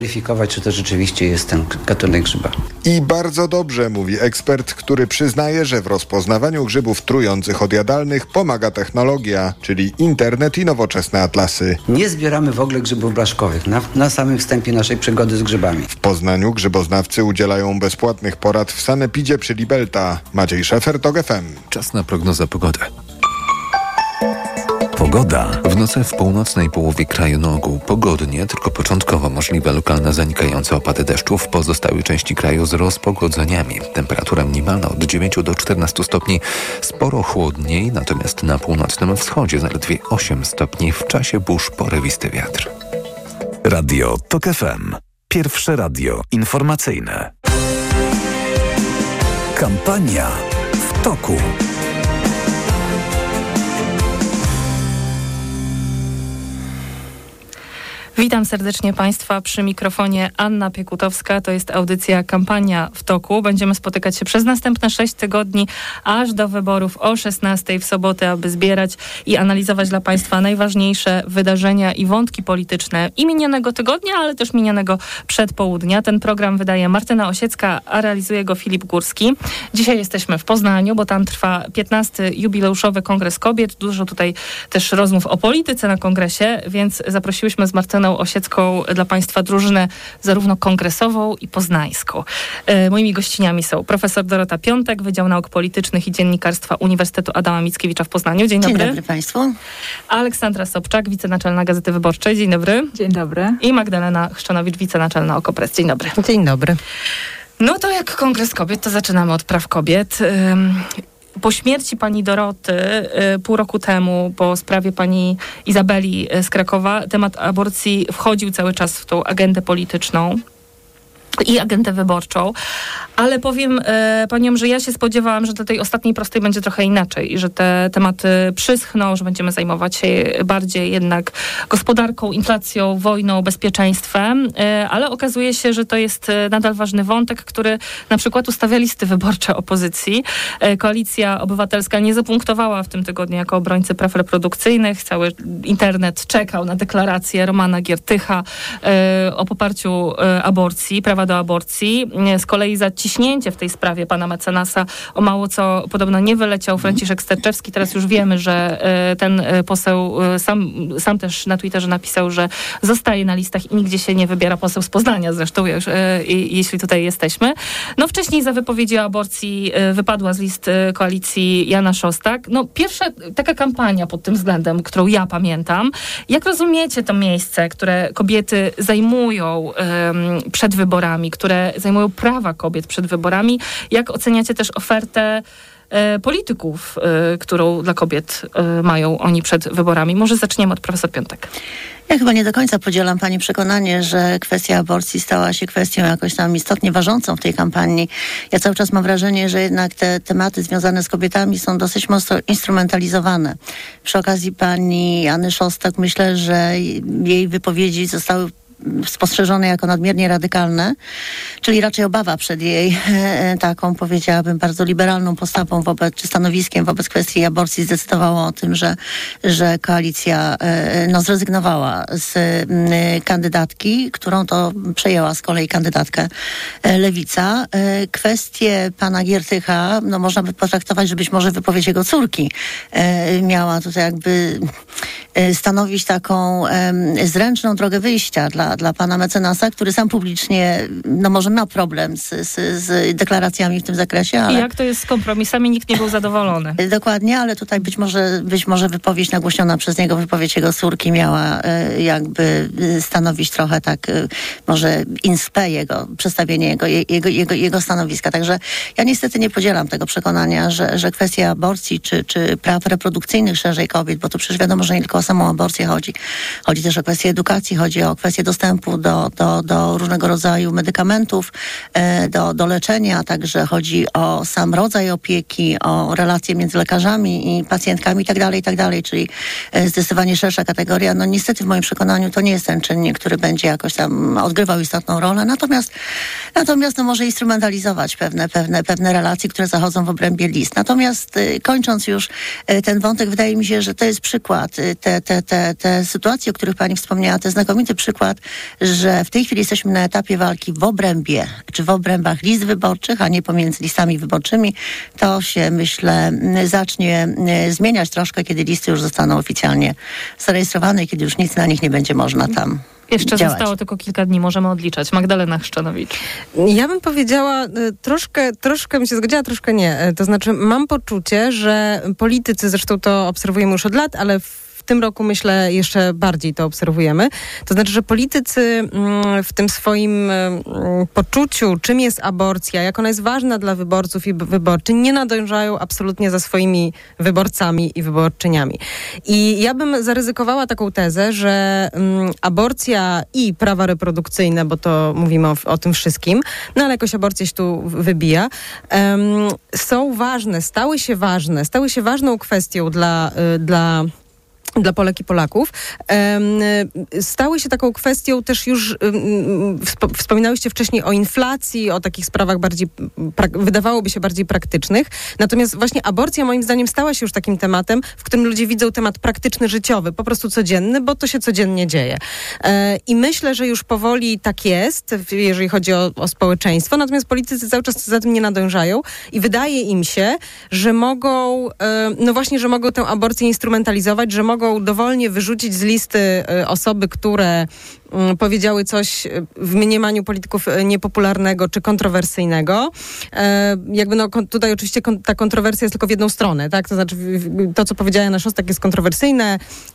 weryfikować, czy to rzeczywiście jest ten gatunek grzyba. I bardzo dobrze, mówi ekspert, który przyznaje, że w rozpoznawaniu grzybów trujących od jadalnych pomaga technologia, czyli internet i nowoczesne atlasy. Nie zbieramy w ogóle grzybów blaszkowych na samym wstępie naszej przygody z grzybami. W Poznaniu grzyboznawcy udzielają bezpłatnych porad w sanepidzie przy Libelta. Maciej Szefer, TOG FM. Czas na prognozę pogody. Pogoda. W nocy w północnej połowie kraju na ogół pogodnie, tylko początkowo możliwe lokalne zanikające opady deszczu. W pozostałej części kraju z rozpogodzeniami. Temperatura minimalna od 9 do 14 stopni. Sporo chłodniej, natomiast na północnym wschodzie zaledwie 8 stopni. W czasie burz porywisty wiatr. Radio TOG FM. Pierwsze radio informacyjne. Kampania w toku. Witam serdecznie Państwa przy mikrofonie Anna Piekutowska. To jest audycja Kampania w toku. Będziemy spotykać się przez następne 6 tygodni, aż do wyborów o 16 w sobotę, aby zbierać i analizować dla Państwa najważniejsze wydarzenia i wątki polityczne i minionego tygodnia, ale też minionego przedpołudnia. Ten program wydaje Martyna Osiecka, a realizuje go Filip Górski. Dzisiaj jesteśmy w Poznaniu, bo tam trwa 15. jubileuszowy Kongres Kobiet. Dużo tutaj też rozmów o polityce na kongresie, więc zaprosiłyśmy z Martyną Osiecką dla Państwa drużynę zarówno kongresową i poznańską. Moimi gościniami są profesor Dorota Piątek, Wydział Nauk Politycznych i Dziennikarstwa Uniwersytetu Adama Mickiewicza w Poznaniu. Dzień dobry. Dzień dobry Państwu. Aleksandra Sobczak, wicenaczelna Gazety Wyborczej. Dzień dobry. Dzień dobry. I Magdalena Chrzczanowicz, wicenaczelna Okopres. Dzień dobry. Dzień dobry. No to jak Kongres Kobiet, to zaczynamy od praw kobiet. Po śmierci pani Doroty pół roku temu, po sprawie pani Izabeli z Krakowa, temat aborcji wchodził cały czas w tą agendę polityczną i agendę wyborczą, ale powiem paniom, że ja się spodziewałam, że do tej ostatniej prostej będzie trochę inaczej i że te tematy przyschną, że będziemy zajmować się bardziej jednak gospodarką, inflacją, wojną, bezpieczeństwem, ale okazuje się, że to jest nadal ważny wątek, który na przykład ustawia listy wyborcze opozycji. Koalicja Obywatelska nie zapunktowała w tym tygodniu jako obrońcy praw reprodukcyjnych. Cały internet czekał na deklarację Romana Giertycha o poparciu aborcji, prawa do aborcji. Z kolei za ciśnięcie w tej sprawie pana mecenasa o mało co podobno nie wyleciał Franciszek Sterczewski. Teraz już wiemy, że ten poseł sam też na Twitterze napisał, że zostaje na listach i nigdzie się nie wybiera, poseł z Poznania zresztą, jeśli tutaj jesteśmy. No wcześniej za wypowiedzi o aborcji wypadła z list koalicji Jana Szostak. No pierwsza taka kampania pod tym względem, którą ja pamiętam. Jak rozumiecie to miejsce, które kobiety zajmują przed wyborami, które zajmują prawa kobiet przed wyborami? Jak oceniacie też ofertę polityków, którą dla kobiet mają oni przed wyborami? Może zaczniemy od profesor Piątek. Ja chyba nie do końca podzielam pani przekonanie, że kwestia aborcji stała się kwestią jakoś tam istotnie ważącą w tej kampanii. Ja cały czas mam wrażenie, że jednak te tematy związane z kobietami są dosyć mocno instrumentalizowane. Przy okazji pani Anny Szostak myślę, że jej wypowiedzi zostały spostrzeżone jako nadmiernie radykalne, czyli raczej obawa przed jej taką, powiedziałabym, bardzo liberalną postawą czy stanowiskiem wobec kwestii aborcji zdecydowało o tym, że koalicja zrezygnowała z kandydatki, którą to przejęła z kolei kandydatkę Lewica. Kwestię pana Giertycha, można by potraktować, że być może wypowiedź jego córki miała tutaj jakby stanowić taką zręczną drogę wyjścia dla pana mecenasa, który sam publicznie może miał problem z deklaracjami w tym zakresie. Ale... I jak to jest z kompromisami? Nikt nie był zadowolony. Dokładnie, ale tutaj być może wypowiedź nagłośniona przez niego, wypowiedź jego córki miała jakby stanowić trochę tak może in spe przedstawienie jego stanowiska. Także ja niestety nie podzielam tego przekonania, że kwestia aborcji czy praw reprodukcyjnych szerzej kobiet, bo tu przecież wiadomo, że nie tylko o samą aborcję chodzi. Chodzi też o kwestię edukacji, chodzi o kwestię dostępu do różnego rodzaju medykamentów, do leczenia, a także chodzi o sam rodzaj opieki, o relacje między lekarzami i pacjentkami i tak dalej, czyli zdecydowanie szersza kategoria. Niestety w moim przekonaniu to nie jest ten czynnik, który będzie jakoś tam odgrywał istotną rolę, natomiast może instrumentalizować pewne relacje, które zachodzą w obrębie list. Natomiast kończąc już ten wątek, wydaje mi się, że to jest przykład, te sytuacje, o których pani wspomniała, to jest znakomity przykład że w tej chwili jesteśmy na etapie walki w obrębie, czy w obrębach list wyborczych, a nie pomiędzy listami wyborczymi. To się, myślę, zacznie zmieniać troszkę, kiedy listy już zostaną oficjalnie zarejestrowane i kiedy już nic na nich nie będzie można tam Jeszcze działać. zostało tylko kilka dni, możemy odliczać. Magdalena Chrzczanowicz. Ja bym powiedziała, troszkę bym się zgodziła, troszkę nie. To znaczy mam poczucie, że politycy, zresztą to obserwujemy już od lat, ale w tym roku, myślę, jeszcze bardziej to obserwujemy. To znaczy, że politycy w tym swoim poczuciu, czym jest aborcja, jak ona jest ważna dla wyborców i wyborczyń, nie nadążają absolutnie za swoimi wyborcami i wyborczyniami. I ja bym zaryzykowała taką tezę, że aborcja i prawa reprodukcyjne, bo to mówimy o tym wszystkim, no ale jakoś aborcja się tu wybija, są ważne, stały się ważną kwestią dla Polek i Polaków, stały się taką kwestią też już, wspominałyście wcześniej o inflacji, o takich sprawach bardziej, wydawałoby się bardziej praktycznych. Natomiast właśnie aborcja moim zdaniem stała się już takim tematem, w którym ludzie widzą temat praktyczny, życiowy, po prostu codzienny, bo to się codziennie dzieje. I myślę, że już powoli tak jest, jeżeli chodzi o społeczeństwo, natomiast politycy cały czas za tym nie nadążają i wydaje im się, że mogą, no właśnie, że mogą tę aborcję instrumentalizować, że mogą dowolnie wyrzucić z listy osoby, które powiedziały coś w mniemaniu polityków niepopularnego czy kontrowersyjnego. Jakby no tutaj oczywiście ta kontrowersja jest tylko w jedną stronę, tak? To znaczy to, co powiedziała Jana Szostak, jest kontrowersyjne,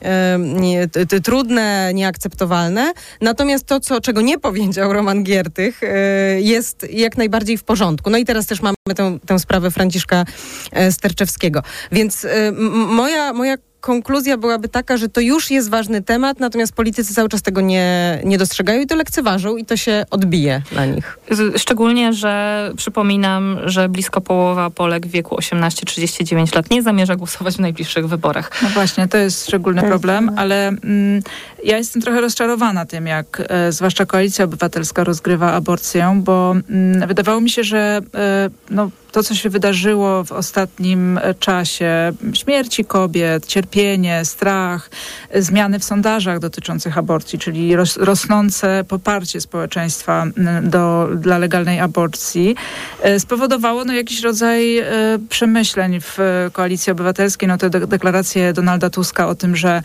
trudne, nieakceptowalne. Natomiast to, czego nie powiedział Roman Giertych, jest jak najbardziej w porządku. No i teraz też mamy tę sprawę Franciszka Sterczewskiego. Więc moja konkluzja byłaby taka, że to już jest ważny temat, natomiast politycy cały czas tego nie dostrzegają i to lekceważą i to się odbije na nich. Szczególnie, że przypominam, że blisko połowa Polek w wieku 18-39 lat nie zamierza głosować w najbliższych wyborach. No właśnie, to jest szczególny problem, ale ja jestem trochę rozczarowana tym, jak zwłaszcza Koalicja Obywatelska rozgrywa aborcję, bo wydawało mi się, że to, co się wydarzyło w ostatnim czasie, śmierci kobiet, cierpienie, strach, zmiany w sondażach dotyczących aborcji, czyli rosnące poparcie społeczeństwa dla legalnej aborcji, spowodowało jakiś rodzaj przemyśleń w Koalicji Obywatelskiej. Te deklaracje Donalda Tuska o tym, że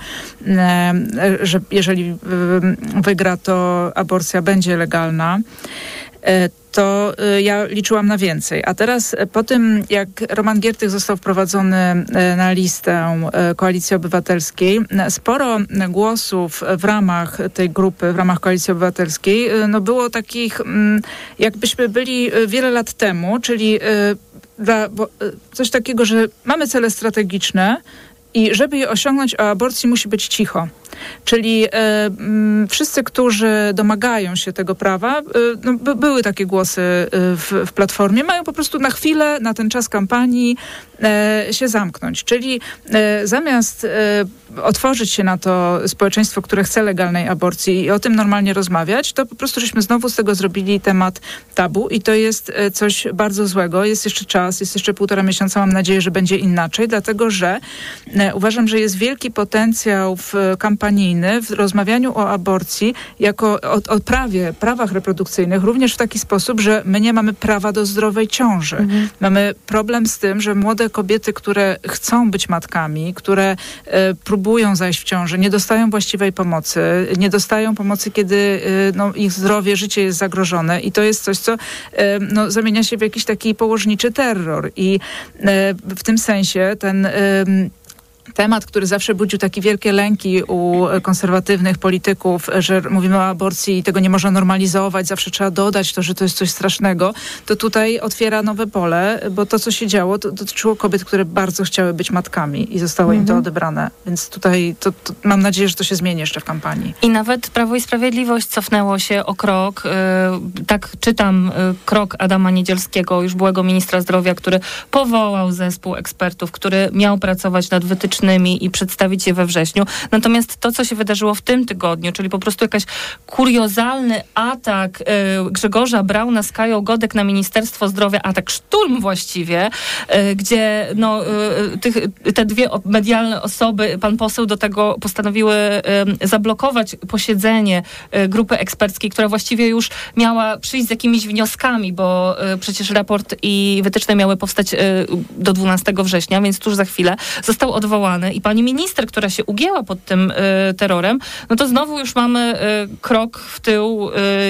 jeżeli wygra, to aborcja będzie legalna, to ja liczyłam na więcej. A teraz po tym, jak Roman Giertych został wprowadzony na listę Koalicji Obywatelskiej, sporo głosów w ramach tej grupy, w ramach Koalicji Obywatelskiej, było takich, jakbyśmy byli wiele lat temu, czyli coś takiego, że mamy cele strategiczne i żeby je osiągnąć, o aborcji musi być cicho. Czyli wszyscy, którzy domagają się tego prawa, były takie głosy w Platformie, mają po prostu na chwilę, na ten czas kampanii się zamknąć. Czyli zamiast otworzyć się na to społeczeństwo, które chce legalnej aborcji i o tym normalnie rozmawiać, to po prostu żeśmy znowu z tego zrobili temat tabu i to jest coś bardzo złego. Jest jeszcze czas, jest jeszcze 1,5 miesiąca. Mam nadzieję, że będzie inaczej, dlatego że uważam, że jest wielki potencjał kampanijny w rozmawianiu o aborcji jako o prawach reprodukcyjnych, również w taki sposób, że my nie mamy prawa do zdrowej ciąży. Mamy problem z tym, że młode kobiety, które chcą być matkami, które próbują zajść w ciążę, nie dostają właściwej pomocy, nie dostają pomocy, kiedy ich zdrowie, życie jest zagrożone i to jest coś, co zamienia się w jakiś taki położniczy terror i w tym sensie ten temat, który zawsze budził takie wielkie lęki u konserwatywnych polityków, że mówimy o aborcji i tego nie można normalizować, zawsze trzeba dodać to, że to jest coś strasznego, to tutaj otwiera nowe pole, bo to, co się działo, to dotyczyło kobiet, które bardzo chciały być matkami i zostało im to odebrane. Więc tutaj to mam nadzieję, że to się zmieni jeszcze w kampanii. I nawet Prawo i Sprawiedliwość cofnęło się o krok. Tak czytam krok Adama Niedzielskiego, już byłego ministra zdrowia, który powołał zespół ekspertów, który miał pracować nad wytycznymi politycznymi i przedstawić je we wrześniu. Natomiast to, co się wydarzyło w tym tygodniu, czyli po prostu jakaś kuriozalny atak Grzegorza Brauna z Kają Godek na Ministerstwo Zdrowia, atak szturm właściwie, gdzie te dwie medialne osoby, pan poseł do tego postanowiły zablokować posiedzenie grupy eksperckiej, która właściwie już miała przyjść z jakimiś wnioskami, bo przecież raport i wytyczne miały powstać do 12 września, więc tuż za chwilę został odwołany i pani minister, która się ugięła pod tym terrorem, no to znowu już mamy krok w tył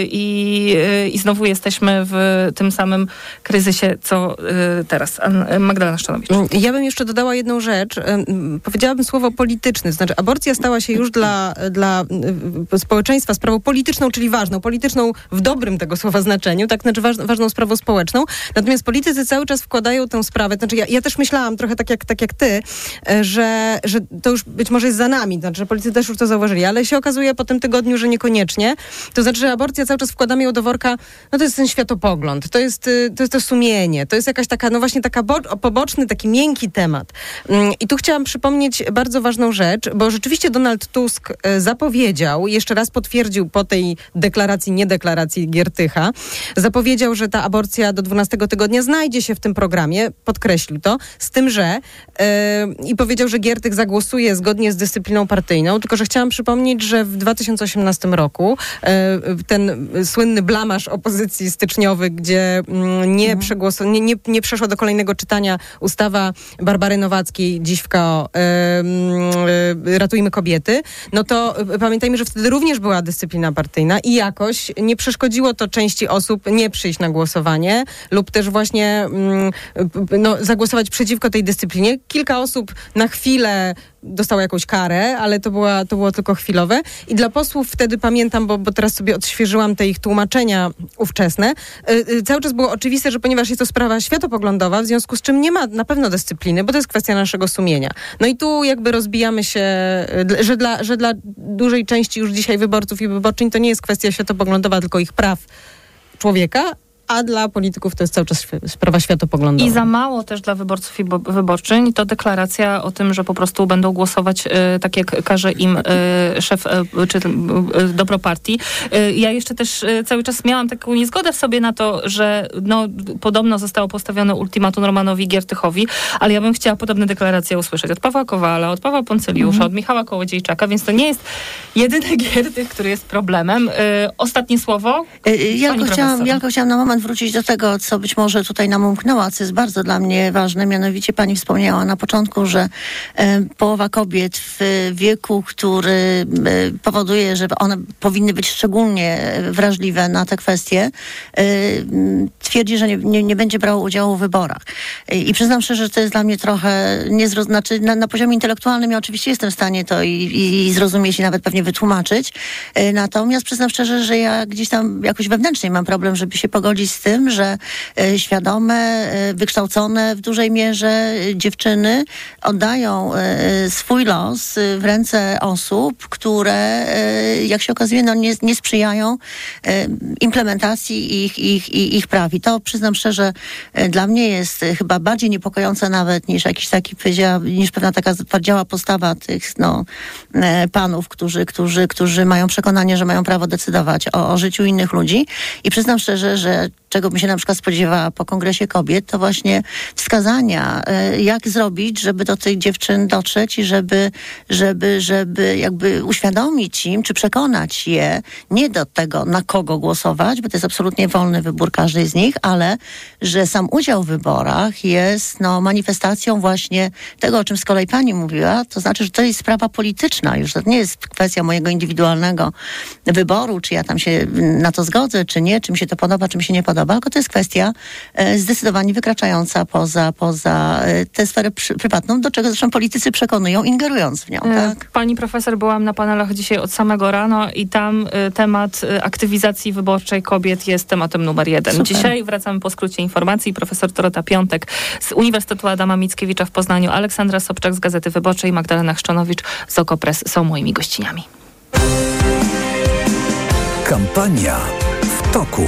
i znowu jesteśmy w tym samym kryzysie, co teraz. Magdalena Szczanowicz. Ja bym jeszcze dodała jedną rzecz. Powiedziałabym słowo polityczny. To znaczy aborcja stała się już dla społeczeństwa sprawą polityczną, czyli ważną. Polityczną w dobrym tego słowa znaczeniu, tak? Znaczy ważną sprawą społeczną. Natomiast politycy cały czas wkładają tę sprawę. Znaczy ja też myślałam trochę tak jak ty, że to już być może jest za nami. Znaczy, że politycy też już to zauważyli. Ale się okazuje po tym tygodniu, że niekoniecznie. To znaczy, że aborcja cały czas wkładamy ją do worka, no to jest ten światopogląd. To jest to sumienie. To jest jakaś taka, no właśnie taka poboczny, taki miękki temat. I tu chciałam przypomnieć bardzo ważną rzecz, bo rzeczywiście Donald Tusk zapowiedział, jeszcze raz potwierdził po tej niedeklaracji Giertycha, zapowiedział, że ta aborcja do 12 tygodnia znajdzie się w tym programie, podkreślił to, z tym, że i powiedział, że Giertych zagłosuje zgodnie z dyscypliną partyjną, tylko że chciałam przypomnieć, że w 2018 roku ten słynny blamaż opozycji styczniowy, gdzie nie przeszła do kolejnego czytania ustawa Barbary Nowackiej, dziś w KO, Ratujmy Kobiety, no to pamiętajmy, że wtedy również była dyscyplina partyjna i jakoś nie przeszkodziło to części osób nie przyjść na głosowanie lub też właśnie zagłosować przeciwko tej dyscyplinie. Kilka osób na chwilę dostało jakąś karę, ale to było tylko chwilowe. I dla posłów wtedy pamiętam, bo teraz sobie odświeżyłam te ich tłumaczenia ówczesne, cały czas było oczywiste, że ponieważ jest to sprawa światopoglądowa, w związku z czym nie ma na pewno dyscypliny, bo to jest kwestia naszego sumienia. No i tu jakby rozbijamy się, że dla dużej części już dzisiaj wyborców i wyborczyń to nie jest kwestia światopoglądowa, tylko ich praw człowieka, a dla polityków to jest cały czas sprawa światopoglądowa. I za mało też dla wyborców i wyborczyń to deklaracja o tym, że po prostu będą głosować tak, jak każe im szef czy dobro partii. Ja jeszcze też cały czas miałam taką niezgodę w sobie na to, że podobno zostało postawione ultimatum Romanowi Giertychowi, ale ja bym chciała podobne deklaracje usłyszeć od Pawła Kowala, od Pawła Poncyliusza, od Michała Kołodziejczaka, więc to nie jest jedyny Giertych, który jest problemem. Ostatnie słowo? Ja tylko chciałam na moment wrócić do tego, co być może tutaj nam umknęło, co jest bardzo dla mnie ważne. Mianowicie pani wspomniała na początku, że połowa kobiet w wieku, który powoduje, że one powinny być szczególnie wrażliwe na te kwestie, twierdzi, że nie będzie brało udziału w wyborach. I przyznam szczerze, że to jest dla mnie trochę na poziomie intelektualnym ja oczywiście jestem w stanie to i zrozumieć i nawet pewnie wytłumaczyć. Natomiast przyznam szczerze, że ja gdzieś tam jakoś wewnętrznie mam problem, żeby się pogodzić z tym, że świadome, wykształcone w dużej mierze dziewczyny oddają swój los w ręce osób, które, jak się okazuje, nie sprzyjają implementacji ich praw. I to, przyznam szczerze, dla mnie jest chyba bardziej niepokojące nawet niż jakiś taki, niż pewna taka twardziała postawa tych panów, którzy mają przekonanie, że mają prawo decydować o życiu innych ludzi. I przyznam szczerze, że czego bym się na przykład spodziewała po Kongresie Kobiet, to właśnie wskazania, jak zrobić, żeby do tych dziewczyn dotrzeć i żeby jakby uświadomić im, czy przekonać je nie do tego, na kogo głosować, bo to jest absolutnie wolny wybór każdej z nich, ale że sam udział w wyborach jest manifestacją właśnie tego, o czym z kolei pani mówiła, to znaczy, że to jest sprawa polityczna już, to nie jest kwestia mojego indywidualnego wyboru, czy ja tam się na to zgodzę, czy nie, czy mi się to podoba, czy mi się nie podoba, tylko to jest kwestia zdecydowanie wykraczająca poza tę sferę prywatną, do czego zresztą politycy przekonują, ingerując w nią. Tak? Pani profesor, byłam na panelach dzisiaj od samego rana i tam temat aktywizacji wyborczej kobiet jest tematem numer 1. Super. Dzisiaj wracamy po skrócie informacji. Profesor Dorota Piątek z Uniwersytetu Adama Mickiewicza w Poznaniu, Aleksandra Sobczak z Gazety Wyborczej i Magdalena Chrzczanowicz z Okopres są moimi gościniami. Kampania w toku.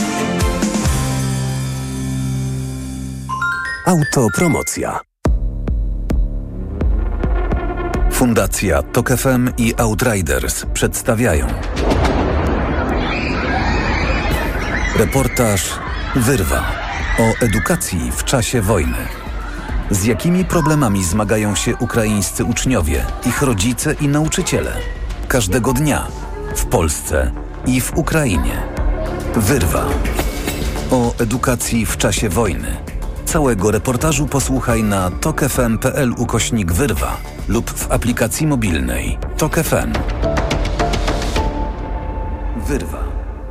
Autopromocja. Fundacja Tok FM i Outriders przedstawiają reportaż Wyrwa o edukacji w czasie wojny. Z jakimi problemami zmagają się ukraińscy uczniowie, ich rodzice i nauczyciele każdego dnia w Polsce i w Ukrainie. Wyrwa o edukacji w czasie wojny. Całego reportażu posłuchaj na tokfm.pl/wyrwa lub w aplikacji mobilnej Tok FM. Wyrwa.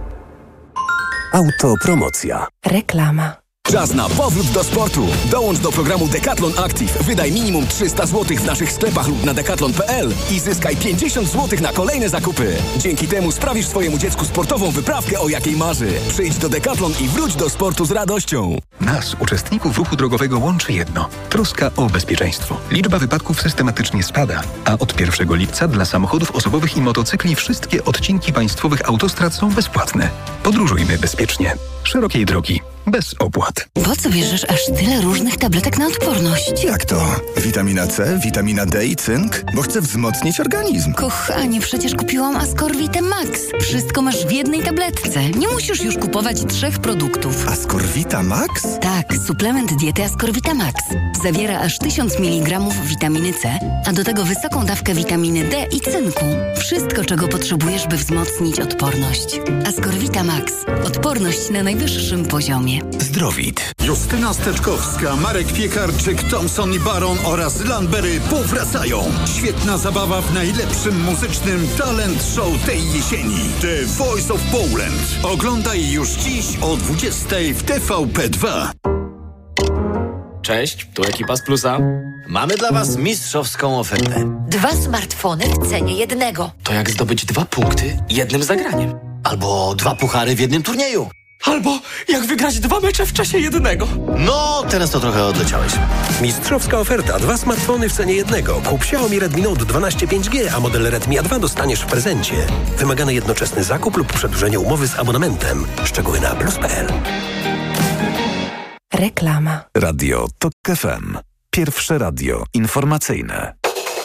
Autopromocja. Reklama. Czas na powrót do sportu. Dołącz do programu Decathlon Active. Wydaj minimum 300 zł w naszych sklepach lub na decathlon.pl i zyskaj 50 zł na kolejne zakupy. Dzięki temu sprawisz swojemu dziecku sportową wyprawkę, o jakiej marzy. Przyjdź do Decathlon i wróć do sportu z radością. Nas, uczestników ruchu drogowego, łączy jedno. Troska o bezpieczeństwo. Liczba wypadków systematycznie spada, a od 1 lipca dla samochodów osobowych i motocykli wszystkie odcinki państwowych autostrad są bezpłatne. Podróżujmy bezpiecznie. Szerokiej drogi. Bez opłat. Po co bierzesz aż tyle różnych tabletek na odporność? Jak to? Witamina C, witamina D i cynk? Bo chcę wzmocnić organizm. Kochanie, przecież kupiłam Ascorvitę Max. Wszystko masz w jednej tabletce. Nie musisz już kupować 3 produktów. Ascorvita Max? Tak, suplement diety Ascorvita Max. Zawiera aż 1000 mg witaminy C, a do tego wysoką dawkę witaminy D i cynku. Wszystko, czego potrzebujesz, by wzmocnić odporność. Ascorvita Max. Odporność na najwyższym poziomie. Zdrowit. Justyna Steczkowska, Marek Piekarczyk, Thompson i Baron oraz Landberry powracają. Świetna zabawa w najlepszym muzycznym talent show tej jesieni. The Voice of Poland. Oglądaj już dziś o 20:00 w TVP2. Cześć, tu ekipa z Plusa. Mamy dla Was mistrzowską ofertę. 2 smartfony w cenie jednego. To jak zdobyć 2 punkty jednym zagraniem. Albo 2 puchary w jednym turnieju. Albo jak wygrać 2 mecze w czasie jednego. No, teraz to trochę odleciałeś. Mistrzowska oferta. 2 smartfony w cenie jednego. Kup Xiaomi Redmi Note 12 5G, a model Redmi A2 dostaniesz w prezencie. Wymagany jednoczesny zakup lub przedłużenie umowy z abonamentem. Szczegóły na plus.pl. Reklama. Radio Tok FM. Pierwsze radio informacyjne.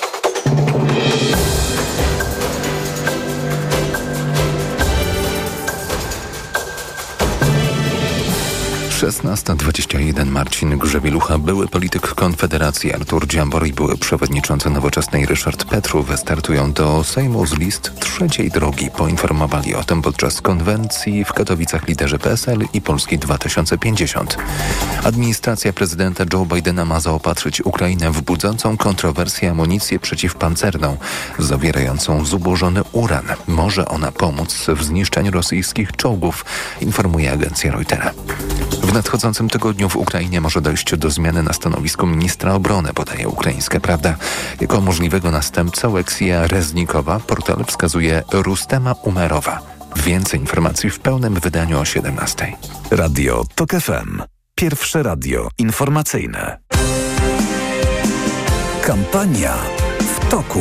16:21. Marcin Grzebielucha, były polityk Konfederacji Artur Dziambor i były przewodniczący Nowoczesnej Ryszard Petru wystartują do Sejmu z list trzeciej drogi. Poinformowali o tym podczas konwencji w Katowicach liderzy PSL i Polski 2050. Administracja prezydenta Joe Bidena ma zaopatrzyć Ukrainę w budzącą kontrowersję amunicję przeciwpancerną zawierającą zubożony uran. Może ona pomóc w zniszczeniu rosyjskich czołgów, informuje agencja Reutera. W nadchodzącym tygodniu w Ukrainie może dojść do zmiany na stanowisku ministra obrony, podaje Ukraińska Prawda. Jako możliwego następcę Oleksija Reznikowa portal wskazuje Rustema Umerowa. Więcej informacji w pełnym wydaniu o 17:00. Radio Tok FM. Pierwsze radio informacyjne. Kampania w toku.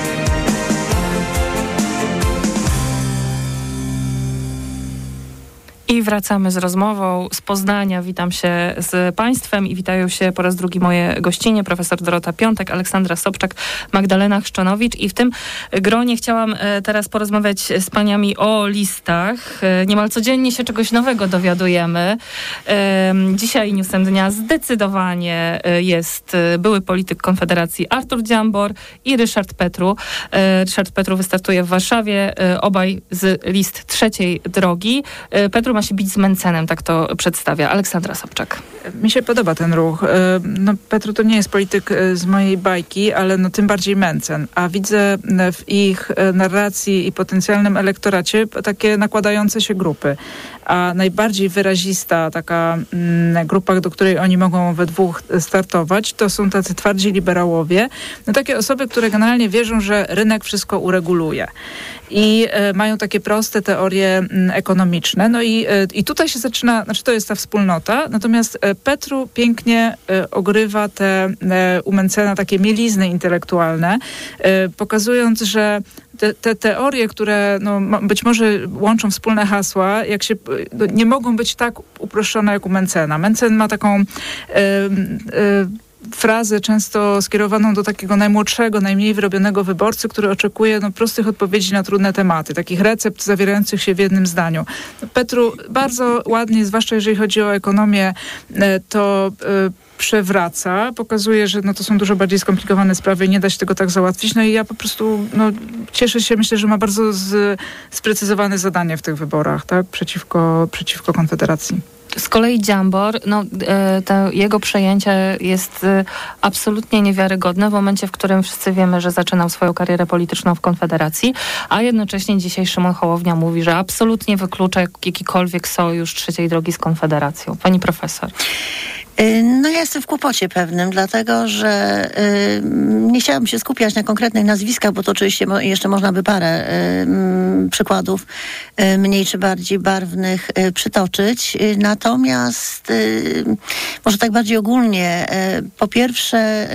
I wracamy z rozmową z Poznania. Witam się z Państwem i witają się po raz drugi moje gościnie, profesor Dorota Piątek, Aleksandra Sobczak, Magdalena Chrzczanowicz. I w tym gronie chciałam teraz porozmawiać z paniami o listach. Niemal codziennie się czegoś nowego dowiadujemy. Dzisiaj newsem dnia zdecydowanie jest były polityk Konfederacji Artur Dziambor i Ryszard Petru. Ryszard Petru wystartuje w Warszawie, obaj z list trzeciej drogi. Petru ma się bić z Mencenem, tak to przedstawia. Aleksandra Sobczak. Mi się podoba ten ruch. No, Petru to nie jest polityk z mojej bajki, ale no tym bardziej Mencen. A widzę w ich narracji i potencjalnym elektoracie takie nakładające się grupy. A najbardziej wyrazista taka grupa, do której oni mogą we dwóch startować, to są tacy twardzi liberałowie. No, takie osoby, które generalnie wierzą, że rynek wszystko ureguluje. I mają takie proste teorie ekonomiczne. No i tutaj się zaczyna, znaczy to jest ta wspólnota, natomiast Petru pięknie ogrywa te u Mencena takie mielizny intelektualne, pokazując, że te teorie, które no, być może łączą wspólne hasła, jak się, nie mogą być tak uproszczone jak u Mencena. Mencen ma taką frazę często skierowaną do takiego najmłodszego, najmniej wyrobionego wyborcy, który oczekuje prostych odpowiedzi na trudne tematy, takich recept zawierających się w jednym zdaniu. Petru bardzo ładnie, zwłaszcza jeżeli chodzi o ekonomię, to przewraca, pokazuje, że to są dużo bardziej skomplikowane sprawy i nie da się tego tak załatwić. No i ja po prostu cieszę się, myślę, że ma bardzo sprecyzowane zadanie w tych wyborach, tak? Przeciwko Konfederacji. Z kolei Dziambor, to jego przejęcie jest absolutnie niewiarygodne w momencie, w którym wszyscy wiemy, że zaczynał swoją karierę polityczną w Konfederacji, a jednocześnie dzisiaj Szymon Hołownia mówi, że absolutnie wyklucza jakikolwiek sojusz trzeciej drogi z Konfederacją. Pani profesor. Ja jestem w kłopocie pewnym, dlatego że nie chciałabym się skupiać na konkretnych nazwiskach, bo to oczywiście jeszcze można by parę przykładów mniej czy bardziej barwnych przytoczyć. Natomiast może tak bardziej ogólnie, po pierwsze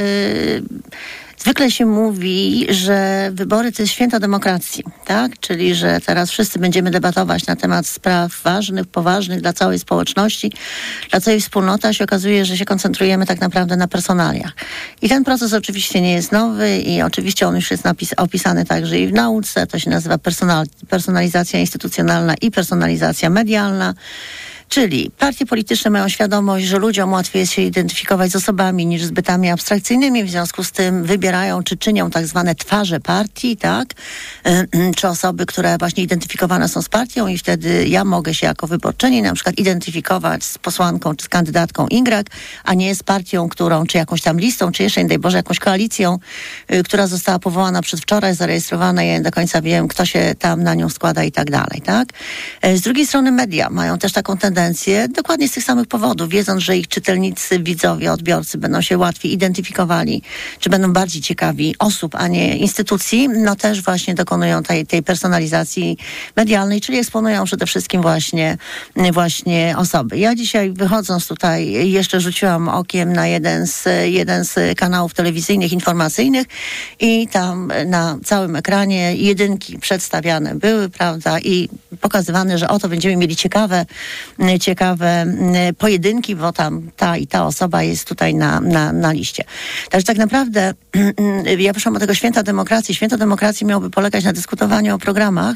zwykle się mówi, że wybory to jest święto demokracji, tak? Czyli, że teraz wszyscy będziemy debatować na temat spraw ważnych, poważnych dla całej społeczności, dla całej wspólnoty, a się okazuje, że się koncentrujemy tak naprawdę na personaliach. I ten proces oczywiście nie jest nowy i oczywiście on już jest opisany także i w nauce. To się nazywa personalizacja instytucjonalna i personalizacja medialna. Czyli partie polityczne mają świadomość, że ludziom łatwiej jest się identyfikować z osobami niż z bytami abstrakcyjnymi, w związku z tym wybierają czy czynią tak zwane twarze partii, tak? Czy osoby, które właśnie identyfikowane są z partią i wtedy ja mogę się jako wyborczyni na przykład identyfikować z posłanką czy z kandydatką Y, a nie z partią, czy jakąś tam listą, czy jeszcze, nie daj Boże, jakąś koalicją, która została powołana przedwczoraj, zarejestrowana, ja nie do końca wiem, kto się tam na nią składa i tak dalej, tak? Z drugiej strony media mają też taką tendencję, dokładnie z tych samych powodów, wiedząc, że ich czytelnicy, widzowie, odbiorcy będą się łatwiej identyfikowali, czy będą bardziej ciekawi osób, a nie instytucji, też właśnie dokonują tej personalizacji medialnej, czyli eksponują przede wszystkim właśnie osoby. Ja dzisiaj, wychodząc tutaj, jeszcze rzuciłam okiem na jeden z kanałów telewizyjnych, informacyjnych i tam na całym ekranie jedynki przedstawiane były, prawda, i pokazywane, że oto będziemy mieli ciekawe pojedynki, bo tam ta i ta osoba jest tutaj na liście. Także tak naprawdę ja proszę o tego święta demokracji. Święto demokracji miałoby polegać na dyskutowaniu o programach.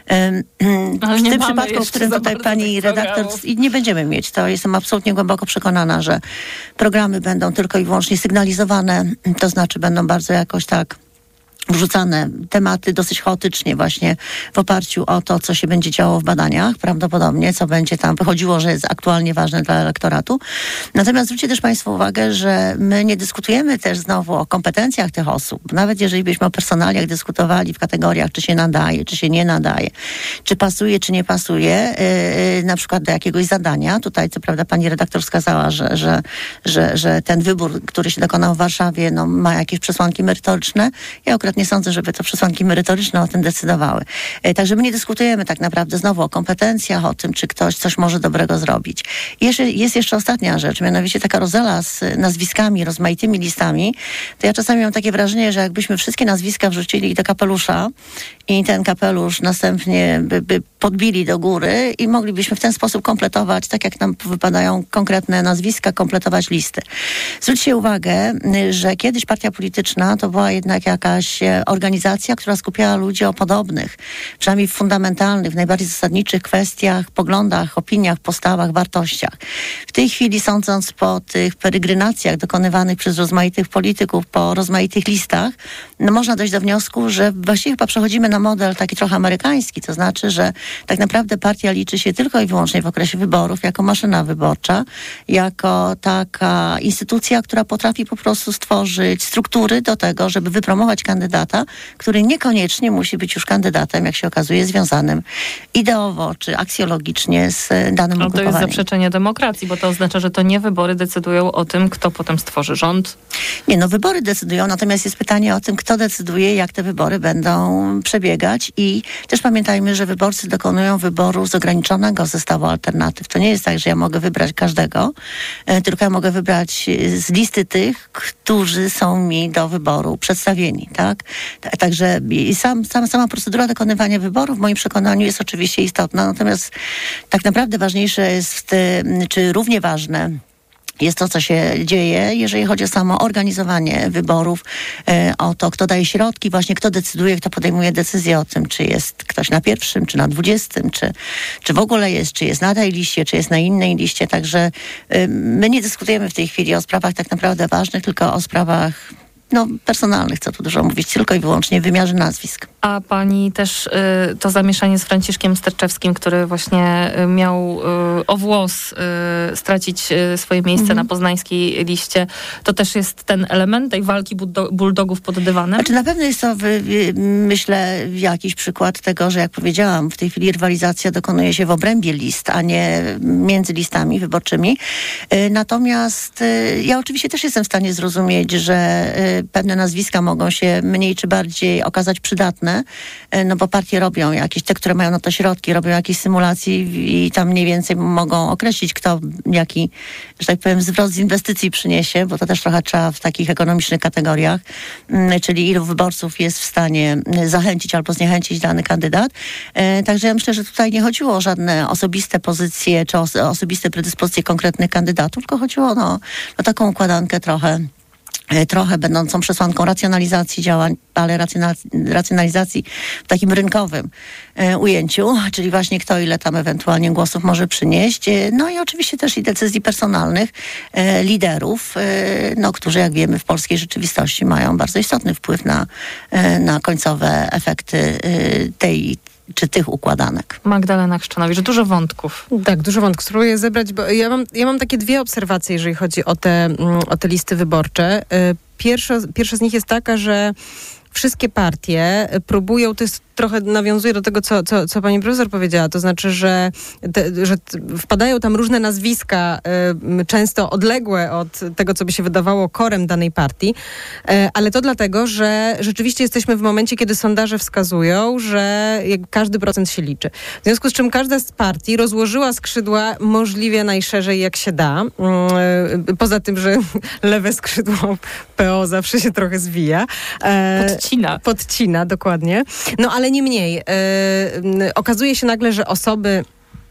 W tym przypadku, w którym tutaj pani redaktor nie będziemy mieć, to jestem absolutnie głęboko przekonana, że programy będą tylko i wyłącznie sygnalizowane, to znaczy będą bardzo jakoś tak wrzucane tematy dosyć chaotycznie właśnie w oparciu o to, co się będzie działo w badaniach, prawdopodobnie, co będzie tam wychodziło, że jest aktualnie ważne dla elektoratu. Natomiast zwróćcie też Państwo uwagę, że my nie dyskutujemy też znowu o kompetencjach tych osób. Nawet jeżeli byśmy o personaliach dyskutowali w kategoriach, czy się nadaje, czy się nie nadaje, czy pasuje, czy nie pasuje, na przykład do jakiegoś zadania. Tutaj, co prawda, pani redaktor wskazała, że ten wybór, który się dokonał w Warszawie, ma jakieś przesłanki merytoryczne. Ja akurat nie sądzę, żeby to przesłanki merytoryczne o tym decydowały. Także my nie dyskutujemy tak naprawdę znowu o kompetencjach, o tym, czy ktoś coś może dobrego zrobić. Jest jeszcze ostatnia rzecz, mianowicie taka rozela z nazwiskami, rozmaitymi listami. To ja czasami mam takie wrażenie, że jakbyśmy wszystkie nazwiska wrzucili do kapelusza i ten kapelusz następnie by podbili do góry i moglibyśmy w ten sposób kompletować, tak jak nam wypadają konkretne nazwiska, kompletować listy. Zwróćcie uwagę, że kiedyś partia polityczna to była jednak jakaś organizacja, która skupiała ludzi o podobnych, przynajmniej w fundamentalnych, w najbardziej zasadniczych kwestiach, poglądach, opiniach, postawach, wartościach. W tej chwili, sądząc po tych peregrynacjach dokonywanych przez rozmaitych polityków, po rozmaitych listach, można dojść do wniosku, że właściwie chyba przechodzimy na model taki trochę amerykański, to znaczy, że tak naprawdę partia liczy się tylko i wyłącznie w okresie wyborów, jako maszyna wyborcza, jako taka instytucja, która potrafi po prostu stworzyć struktury do tego, żeby wypromować kandydata, który niekoniecznie musi być już kandydatem, jak się okazuje, związanym ideowo czy aksjologicznie z danym ugrupowaniem. To jest zaprzeczenie demokracji, bo to oznacza, że to nie wybory decydują o tym, kto potem stworzy rząd. Nie, wybory decydują, natomiast jest pytanie o tym, kto decyduje, jak te wybory będą przebiegać i też pamiętajmy, że wyborcy dokonują wyboru z ograniczonego zestawu alternatyw. To nie jest tak, że ja mogę wybrać każdego, tylko ja mogę wybrać z listy tych, którzy są mi do wyboru przedstawieni, tak? Także sama procedura dokonywania wyborów w moim przekonaniu jest oczywiście istotna, natomiast tak naprawdę ważniejsze jest, czy równie ważne jest to, co się dzieje, jeżeli chodzi o samo organizowanie wyborów, o to, kto daje środki, właśnie kto decyduje, kto podejmuje decyzję o tym, czy jest ktoś na 1., czy na 20., czy w ogóle jest, czy jest na tej liście, czy jest na innej liście. Także my nie dyskutujemy w tej chwili o sprawach tak naprawdę ważnych, tylko o sprawach personalnych, co tu dużo mówić, tylko i wyłącznie w wymiarze nazwisk. A pani też to zamieszanie z Franciszkiem Sterczewskim, który właśnie miał o włos stracić swoje miejsce na poznańskiej liście, to też jest ten element tej walki bulldogów pod dywanem? Znaczy na pewno jest to, myślę, jakiś przykład tego, że jak powiedziałam, w tej chwili rywalizacja dokonuje się w obrębie list, a nie między listami wyborczymi. Natomiast ja oczywiście też jestem w stanie zrozumieć, że pewne nazwiska mogą się mniej czy bardziej okazać przydatne, bo partie robią jakieś, te, które mają na to środki, robią jakieś symulacje i tam mniej więcej mogą określić, kto jaki, że tak powiem, zwrot z inwestycji przyniesie, bo to też trochę trzeba w takich ekonomicznych kategoriach, czyli ilu wyborców jest w stanie zachęcić albo zniechęcić dany kandydat. Także ja myślę, że tutaj nie chodziło o żadne osobiste pozycje czy osobiste predyspozycje konkretnych kandydatów, tylko chodziło o taką układankę trochę będącą przesłanką racjonalizacji działań, ale racjonalizacji w takim rynkowym ujęciu, czyli właśnie kto ile tam ewentualnie głosów może przynieść. No i oczywiście też i decyzji personalnych liderów, którzy jak wiemy w polskiej rzeczywistości mają bardzo istotny wpływ na końcowe efekty tych układanek. Magdalena Chrzczanowicz, dużo wątków. Tak, dużo wątków. Spróbuję zebrać, bo ja mam takie dwie obserwacje, jeżeli chodzi o te listy wyborcze. Pierwsza z nich jest taka, że wszystkie partie próbują, to jest trochę nawiązuje do tego, co pani profesor powiedziała, to znaczy, że wpadają tam różne nazwiska, często odległe od tego, co by się wydawało corem danej partii, ale to dlatego, że rzeczywiście jesteśmy w momencie, kiedy sondaże wskazują, że każdy procent się liczy. W związku z czym każda z partii rozłożyła skrzydła możliwie najszerzej, jak się da. Poza tym, że lewe skrzydło PO zawsze się trochę zwija. Podcina, dokładnie. No ale niemniej, okazuje się nagle, że osoby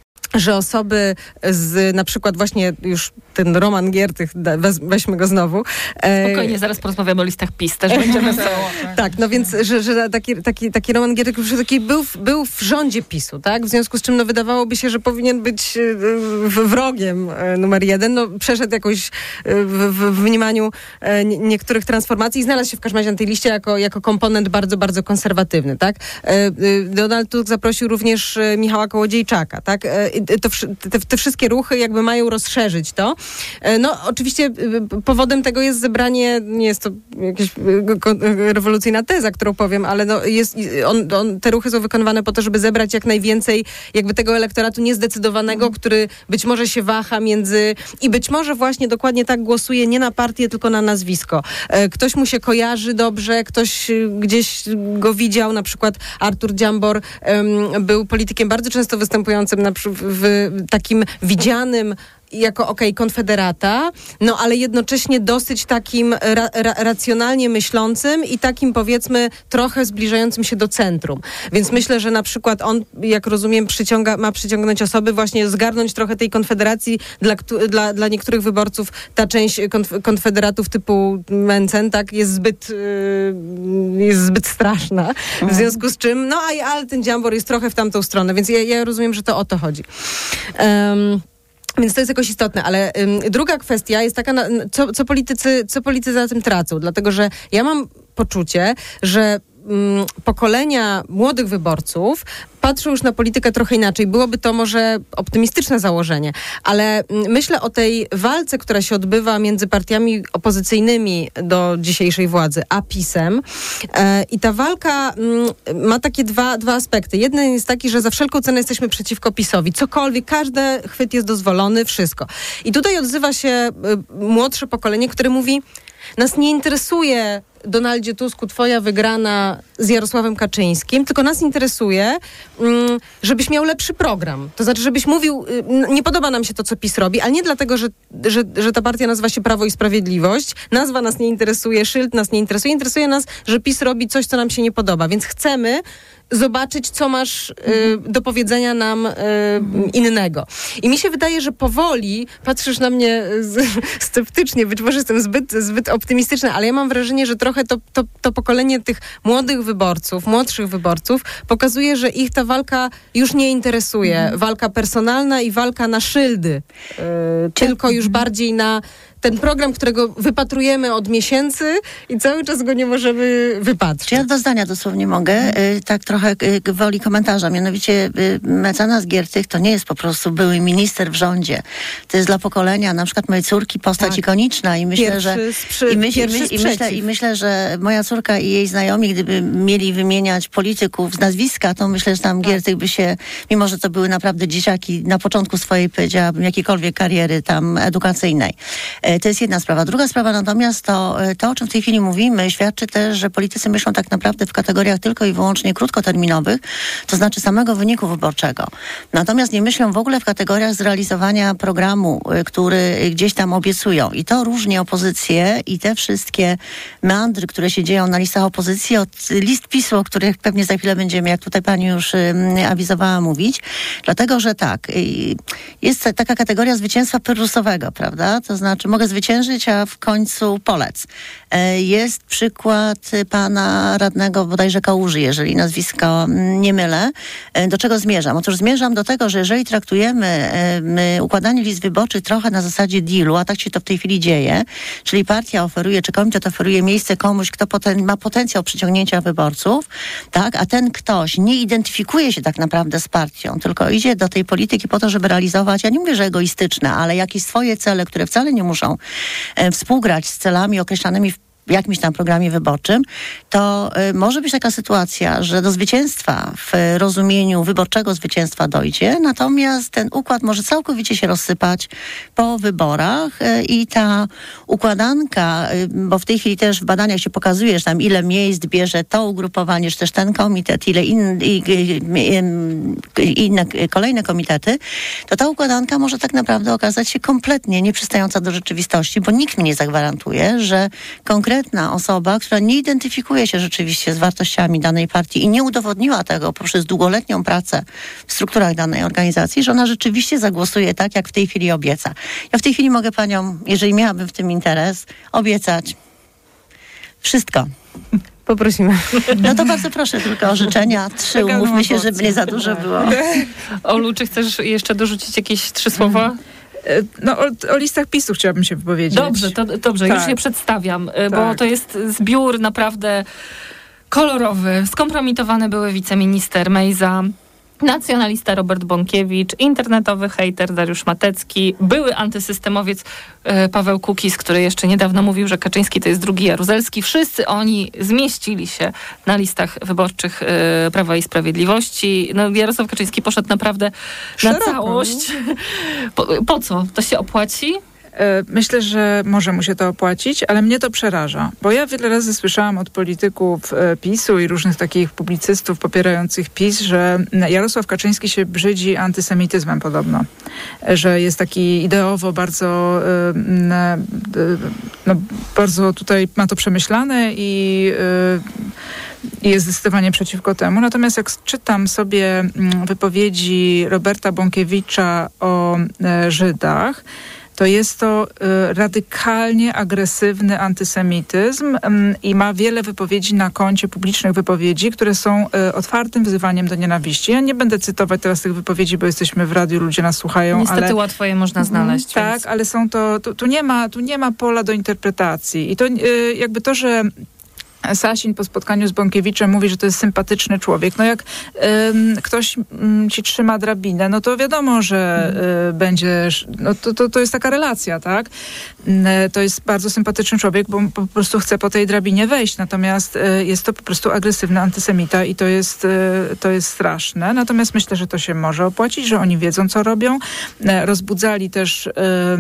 z na przykład właśnie już ten Roman Giertych, weźmy go znowu. Spokojnie, zaraz porozmawiamy o listach PiS, też będzie wesoło. Tak, no więc, że taki Roman Giertych już taki był w rządzie PiS-u, tak? W związku z czym wydawałoby się, że powinien być wrogiem numer 1. Przeszedł jakoś w mniemaniu niektórych transformacji i znalazł się w każdym razie na tej liście jako komponent bardzo, bardzo konserwatywny, tak? Donald Tusk zaprosił również Michała Kołodziejczaka, tak? Te wszystkie ruchy jakby mają rozszerzyć to. No oczywiście powodem tego jest zebranie, nie jest to jakaś rewolucyjna teza, którą powiem, ale te ruchy są wykonywane po to, żeby zebrać jak najwięcej jakby tego elektoratu niezdecydowanego, który być może się waha i być może właśnie dokładnie tak głosuje nie na partię, tylko na nazwisko. Ktoś mu się kojarzy dobrze, ktoś gdzieś go widział, na przykład Artur Dziambor był politykiem bardzo często występującym w takim widzianym jako konfederata, no ale jednocześnie dosyć takim racjonalnie myślącym i takim powiedzmy trochę zbliżającym się do centrum. Więc myślę, że na przykład on, jak rozumiem, ma przyciągnąć osoby, właśnie zgarnąć trochę tej konfederacji. Dla niektórych wyborców ta część konfederatów typu Mencen jest zbyt straszna. W związku z czym, ale ten Dziambor jest trochę w tamtą stronę, więc ja rozumiem, że to o to chodzi. Więc to jest jakoś istotne, ale druga kwestia jest taka, co politycy na tym tracą, dlatego że ja mam poczucie, że pokolenia młodych wyborców patrzą już na politykę trochę inaczej. Byłoby to może optymistyczne założenie, ale myślę o tej walce, która się odbywa między partiami opozycyjnymi do dzisiejszej władzy, a PiS-em. I ta walka ma takie dwa aspekty. Jeden jest taki, że za wszelką cenę jesteśmy przeciwko PiS-owi. Cokolwiek, każdy chwyt jest dozwolony, wszystko. I tutaj odzywa się młodsze pokolenie, które mówi: nas nie interesuje, Donaldzie Tusku, twoja wygrana z Jarosławem Kaczyńskim, tylko nas interesuje, żebyś miał lepszy program. To znaczy, żebyś mówił, nie podoba nam się to, co PiS robi, ale nie dlatego, że ta partia nazywa się Prawo i Sprawiedliwość. Nazwa nas nie interesuje, szyld nas nie interesuje. Interesuje nas, że PiS robi coś, co nam się nie podoba. Więc chcemy, zobaczyć, co masz do powiedzenia nam innego. I mi się wydaje, że powoli, patrzysz na mnie sceptycznie, być może jestem zbyt optymistyczna, ale ja mam wrażenie, że trochę to pokolenie tych młodych wyborców, młodszych wyborców pokazuje, że ich ta walka już nie interesuje. Walka personalna i walka na szyldy. Tylko już bardziej na ten program, którego wypatrujemy od miesięcy i cały czas go nie możemy wypatrzeć. Czy ja 2 zdania dosłownie mogę? Tak trochę woli komentarza. Mianowicie mecenas Giertych to nie jest po prostu były minister w rządzie. To jest dla pokolenia na przykład mojej córki postać ikoniczna i myślę, że moja córka i jej znajomi, gdyby mieli wymieniać polityków z nazwiska, to myślę, że tam Giertych by się, mimo że to były naprawdę dzieciaki na początku swojej, powiedziałabym, jakiejkolwiek kariery tam edukacyjnej. To jest jedna sprawa. Druga sprawa natomiast to, o czym w tej chwili mówimy, świadczy też, że politycy myślą tak naprawdę w kategoriach tylko i wyłącznie krótkoterminowych, to znaczy samego wyniku wyborczego. Natomiast nie myślą w ogóle w kategoriach zrealizowania programu, który gdzieś tam obiecują. I to różni opozycję i te wszystkie meandry, które się dzieją na listach opozycji od list PiS-u, o których pewnie za chwilę będziemy, jak tutaj pani już awizowała, mówić. Dlatego, że tak, jest taka kategoria zwycięstwa pyrrhusowego, prawda? To znaczy mogę zwyciężyć, a w końcu polec. Jest przykład pana radnego bodajże Kałuży, jeżeli nazwisko nie mylę. Do czego zmierzam? Otóż zmierzam do tego, że jeżeli traktujemy układanie list wyborczych trochę na zasadzie dealu, a tak się to w tej chwili dzieje, czyli partia oferuje, czy komitet oferuje miejsce komuś, kto ma potencjał przyciągnięcia wyborców, tak, a ten ktoś nie identyfikuje się tak naprawdę z partią, tylko idzie do tej polityki po to, żeby realizować, ja nie mówię, że egoistyczne, ale jakieś swoje cele, które wcale nie muszą współgrać z celami określanymi w jakimś tam programie wyborczym, to może być taka sytuacja, że do zwycięstwa w rozumieniu wyborczego zwycięstwa dojdzie, natomiast ten układ może całkowicie się rozsypać po wyborach i ta układanka, bo w tej chwili też w badaniach się pokazuje, że tam ile miejsc bierze to ugrupowanie, czy też ten komitet, ile inne kolejne komitety, to ta układanka może tak naprawdę okazać się kompletnie nieprzystająca do rzeczywistości, bo nikt mi nie zagwarantuje, że konkretna osoba, która nie identyfikuje się rzeczywiście z wartościami danej partii i nie udowodniła tego poprzez długoletnią pracę w strukturach danej organizacji, że ona rzeczywiście zagłosuje tak, jak w tej chwili obieca. Ja w tej chwili mogę paniom, jeżeli miałabym w tym interes, obiecać wszystko. Poprosimy. No to bardzo proszę tylko o życzenia. 3, umówmy się, żeby nie za dużo było. Olu, czy chcesz jeszcze dorzucić jakieś 3 słowa? No, o listach PiS-u chciałabym się wypowiedzieć. Dobrze, tak. Już je przedstawiam, bo to jest zbiór naprawdę kolorowy. Skompromitowany były wiceminister Mejza, nacjonalista Robert Bąkiewicz, internetowy hejter Dariusz Matecki, były antysystemowiec Paweł Kukiz, który jeszcze niedawno mówił, że Kaczyński to jest drugi Jaruzelski. Wszyscy oni zmieścili się na listach wyborczych Prawa i Sprawiedliwości. No, Jarosław Kaczyński poszedł naprawdę na całość. Po co? To się opłaci? Myślę, że może mu się to opłacić, ale mnie to przeraża, bo ja wiele razy słyszałam od polityków PiS-u i różnych takich publicystów popierających PiS, że Jarosław Kaczyński się brzydzi antysemityzmem podobno, że jest taki ideowo bardzo bardzo tutaj ma to przemyślane i jest zdecydowanie przeciwko temu. Natomiast jak czytam sobie wypowiedzi Roberta Bąkiewicza o Żydach, to jest to radykalnie agresywny antysemityzm i ma wiele wypowiedzi na koncie, publicznych wypowiedzi, które są otwartym wzywaniem do nienawiści. Ja nie będę cytować teraz tych wypowiedzi, bo jesteśmy w radiu, ludzie nas słuchają. Niestety łatwo je można znaleźć. Tak, więc. ale są to, tu nie ma pola do interpretacji. I to jakby to, że Sasin po spotkaniu z Bąkiewiczem mówi, że to jest sympatyczny człowiek. No jak ktoś ci trzyma drabinę, no to wiadomo, że będziesz... No to jest taka relacja, tak? To jest bardzo sympatyczny człowiek, bo po prostu chce po tej drabinie wejść. Natomiast jest to po prostu agresywny antysemita i to jest straszne. Natomiast myślę, że to się może opłacić, że oni wiedzą, co robią. Rozbudzali też...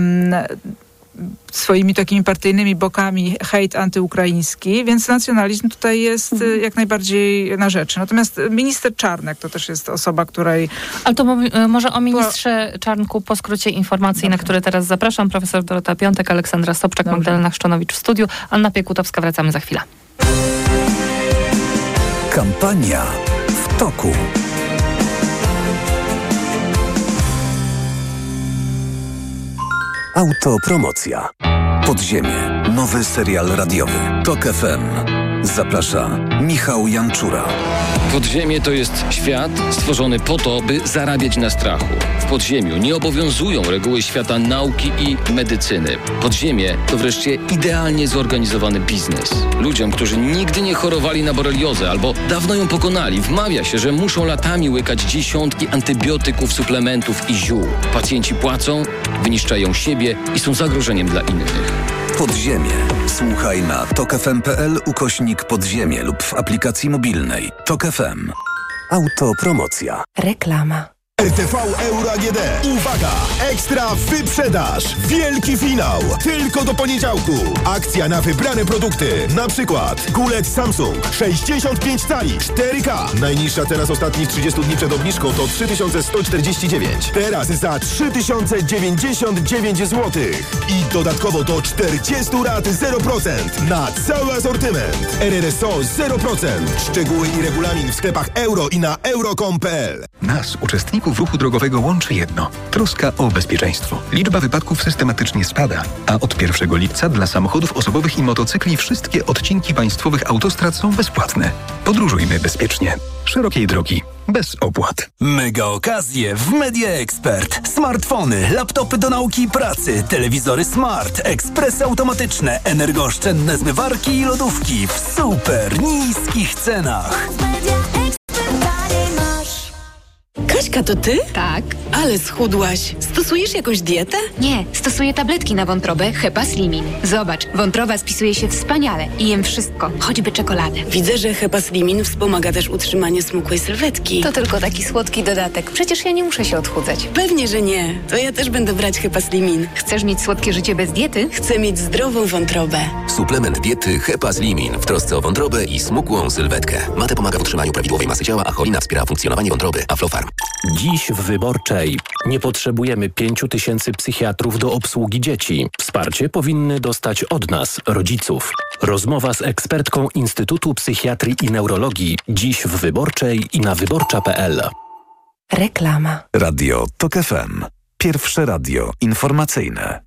swoimi takimi partyjnymi bokami hejt antyukraiński, więc nacjonalizm tutaj jest jak najbardziej na rzeczy. Natomiast minister Czarnek to też jest osoba, której... Ale to może o ministrze Czarnku po skrócie informacji, na które teraz zapraszam. Profesor Dorota Piątek, Aleksandra Sobczak, Magdalena Chrzczonowicz w studiu, Anna Piekutowska. Wracamy za chwilę. Kampania w w toku. Autopromocja. Podziemie. Nowy serial radiowy. TOK FM. Zaprasza Michał Janczura. Podziemie to jest świat stworzony po to, by zarabiać na strachu. W podziemiu nie obowiązują reguły świata nauki i medycyny. Podziemie to wreszcie idealnie zorganizowany biznes. Ludziom, którzy nigdy nie chorowali na boreliozę albo dawno ją pokonali, wmawia się, że muszą latami łykać dziesiątki antybiotyków, suplementów i ziół. Pacjenci płacą, wyniszczają siebie i są zagrożeniem dla innych. Podziemie. Słuchaj na tokfm.pl/podziemie lub w aplikacji mobilnej. TOK FM. Autopromocja. Reklama. RTV Euro AGD. Uwaga! Ekstra wyprzedaż! Wielki finał! Tylko do poniedziałku. Akcja na wybrane produkty. Na przykład kulec Samsung 65 cali 4K. Najniższa teraz ostatnich 30 dni przed obniżką to 3149. Teraz za 3099 zł. I dodatkowo do 40 rat 0% na cały asortyment. RRSO 0%. Szczegóły i regulamin w sklepach euro i na euro.com.pl. Nas, uczestników ruchu drogowego, łączy jedno. Troska o bezpieczeństwo. Liczba wypadków systematycznie spada, a od 1 lipca dla samochodów osobowych i motocykli wszystkie odcinki państwowych autostrad są bezpłatne. Podróżujmy bezpiecznie. Szerokiej drogi. Bez opłat. Mega okazje w Media Expert. Smartfony, laptopy do nauki i pracy, telewizory smart, ekspresy automatyczne, energooszczędne zmywarki i lodówki w super niskich cenach. Kaśka, to ty? Tak. Ale schudłaś. Stosujesz jakąś dietę? Nie, stosuję tabletki na wątrobę Hepaslimin. Zobacz, wątroba spisuje się wspaniale i jem wszystko, choćby czekoladę. Widzę, że Hepaslimin wspomaga też utrzymanie smukłej sylwetki. To tylko taki słodki dodatek. Przecież ja nie muszę się odchudzać. Pewnie, że nie. To ja też będę brać Hepaslimin. Chcesz mieć słodkie życie bez diety? Chcę mieć zdrową wątrobę. Suplement diety Hepaslimin w trosce o wątrobę i smukłą sylwetkę. Mate pomaga w utrzymaniu prawidłowej masy ciała, a cholina wspiera funkcjonowanie wątroby. Aflofarm. Dziś w Wyborczej nie potrzebujemy 5000 psychiatrów do obsługi dzieci. Wsparcie powinny dostać od nas, rodziców. Rozmowa z ekspertką Instytutu Psychiatrii i Neurologii dziś w Wyborczej i na wyborcza.pl. Reklama. Radio TOK FM. Pierwsze radio informacyjne.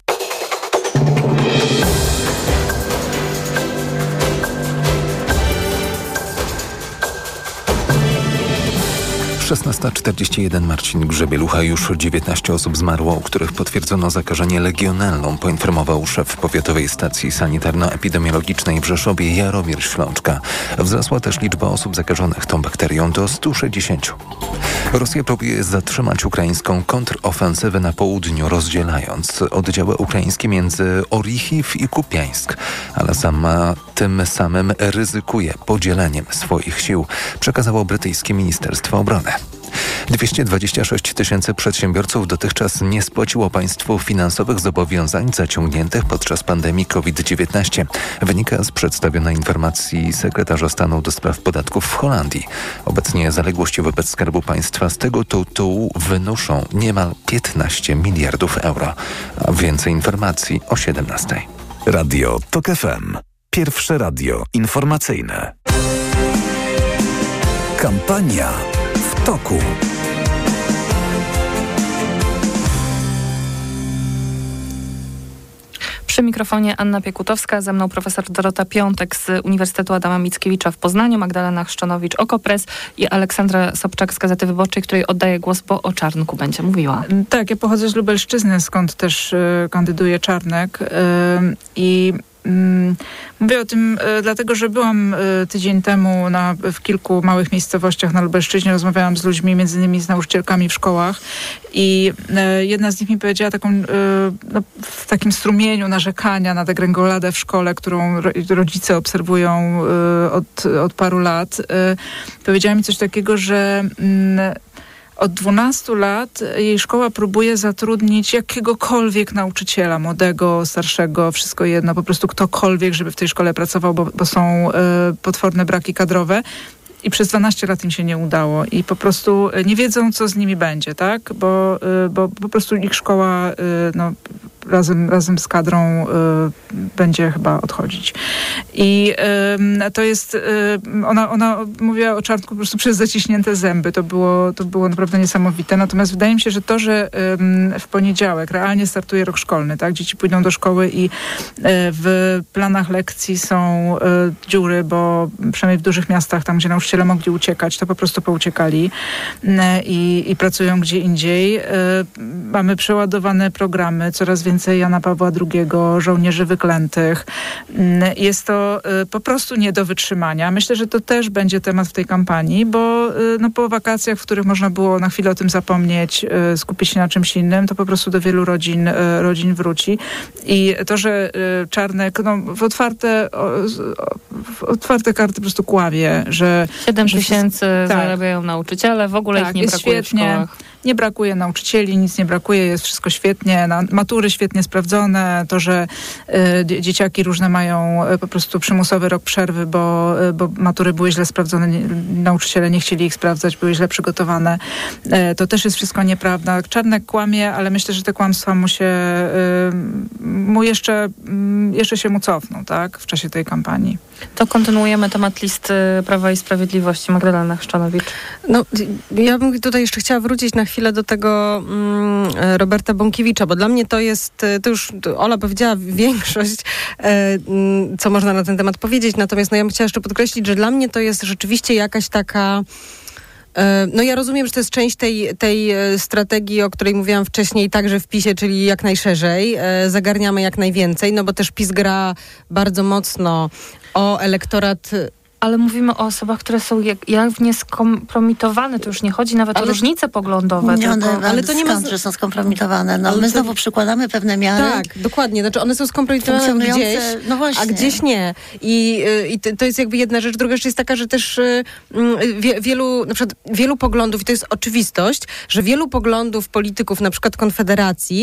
16:41. Marcin Grzebielucha. Już 19 osób zmarło, u których potwierdzono zakażenie legionellą, poinformował szef Powiatowej Stacji Sanitarno-Epidemiologicznej w Rzeszowie Jaromir Ślączka. Wzrosła też liczba osób zakażonych tą bakterią do 160. Rosja próbuje zatrzymać ukraińską kontrofensywę na południu, rozdzielając oddziały ukraińskie między Orichiw i Kupiańsk, ale sama tym samym ryzykuje podzieleniem swoich sił, przekazało brytyjskie Ministerstwo Obrony. 226 000 przedsiębiorców dotychczas nie spłaciło państwu finansowych zobowiązań zaciągniętych podczas pandemii COVID-19. Wynika z przedstawionej informacji sekretarza stanu do spraw podatków w Holandii. Obecnie zaległości wobec Skarbu Państwa z tego tytułu wynoszą niemal 15 miliardów euro. A więcej informacji o 17:00. Radio TOK FM. Pierwsze radio informacyjne. Kampania w toku. Przy mikrofonie Anna Piekutowska, ze mną profesor Dorota Piątek z Uniwersytetu Adama Mickiewicza w Poznaniu, Magdalena Chrzczonowicz, Okopres i Aleksandra Sobczak z Gazety Wyborczej, której oddaję głos, bo o Czarnku będzie mówiła. Tak, ja pochodzę z Lubelszczyzny, skąd też kandyduje Czarnek i mówię o tym dlatego, że byłam tydzień temu w kilku małych miejscowościach na Lubelszczyźnie, rozmawiałam z ludźmi, między innymi z nauczycielkami w szkołach i jedna z nich mi powiedziała w takim strumieniu narzekania na degrengoladę w szkole, którą rodzice obserwują od paru lat. Powiedziała mi coś takiego, że od 12 lat jej szkoła próbuje zatrudnić jakiegokolwiek nauczyciela, młodego, starszego, wszystko jedno, po prostu ktokolwiek, żeby w tej szkole pracował, bo są potworne braki kadrowe. I przez 12 lat im się nie udało i po prostu nie wiedzą, co z nimi będzie, tak? Bo po prostu ich szkoła razem z kadrą będzie chyba odchodzić. I to jest, ona mówiła o Czarnku po prostu przez zaciśnięte zęby. To było naprawdę niesamowite. Natomiast wydaje mi się, że to, że w poniedziałek realnie startuje rok szkolny, tak? Dzieci pójdą do szkoły i w planach lekcji są dziury, bo przynajmniej w dużych miastach, tam gdzie nauczyciele mogli uciekać, to po prostu pouciekali i pracują gdzie indziej. Mamy przeładowane programy, coraz więcej Jana Pawła II, żołnierzy wyklętych. Jest to po prostu nie do wytrzymania. Myślę, że to też będzie temat w tej kampanii, bo po wakacjach, w których można było na chwilę o tym zapomnieć, skupić się na czymś innym, to po prostu do wielu rodzin wróci. I to, że Czarnek w otwarte karty po prostu kłamie, że 7 000 zarabiają nauczyciele, w ogóle ich nie brakuje w szkołach. Nie brakuje nauczycieli, nic nie brakuje, jest wszystko świetnie, matury świetnie sprawdzone, to, że dzieciaki różne mają po prostu przymusowy rok przerwy, bo matury były źle sprawdzone, nauczyciele nie chcieli ich sprawdzać, były źle przygotowane. To też jest wszystko nieprawda. Czarnek kłamie, ale myślę, że te kłamstwa jeszcze się mu cofną, tak, w czasie tej kampanii. To kontynuujemy temat listy Prawa i Sprawiedliwości. Magdalena Chrzczanowicz. Ja bym tutaj jeszcze chciała wrócić na chwilę do tego Roberta Bąkiewicza, bo dla mnie to jest, to już Ola powiedziała większość, co można na ten temat powiedzieć, natomiast ja bym chciała jeszcze podkreślić, że dla mnie to jest rzeczywiście jakaś taka... ja rozumiem, że to jest część tej strategii, o której mówiłam wcześniej, także w PiS-ie, czyli jak najszerzej. Zagarniamy jak najwięcej, bo też PiS gra bardzo mocno o elektorat... Ale mówimy o osobach, które są jawnie skompromitowane. To już nie chodzi nawet o różnice poglądowe. Ale to nie ma że są skompromitowane. My znowu przykładamy pewne miary. Tak, dokładnie. Znaczy one są skompromitowane gdzieś, a gdzieś nie. I to jest jakby jedna rzecz. Druga rzecz jest taka, że też wielu poglądów, i to jest oczywistość, że wielu poglądów polityków, na przykład Konfederacji,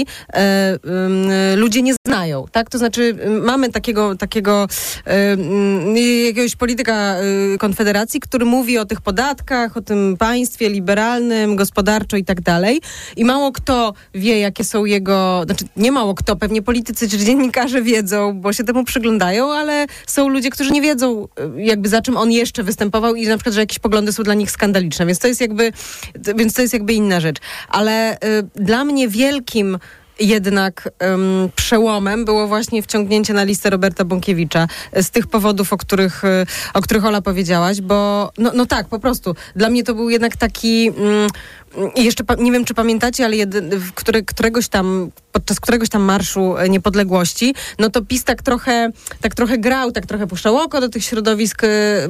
ludzie nie znają. Tak? To znaczy mamy takiego jakiegoś polityka Konfederacji, który mówi o tych podatkach, o tym państwie liberalnym, gospodarczo i tak dalej. I mało kto wie, jakie są jego... Znaczy, nie mało kto, pewnie politycy czy dziennikarze wiedzą, bo się temu przyglądają, ale są ludzie, którzy nie wiedzą, jakby za czym on jeszcze występował i na przykład, że jakieś poglądy są dla nich skandaliczne. Więc to jest jakby inna rzecz. Ale dla mnie wielkim jednak przełomem było właśnie wciągnięcie na listę Roberta Bąkiewicza z tych powodów, o których Ola powiedziałaś, bo tak, po prostu. Dla mnie to był jednak taki... I jeszcze nie wiem, czy pamiętacie, ale podczas któregoś tam Marszu Niepodległości, to PiS tak trochę grał, tak trochę puszczał oko do tych środowisk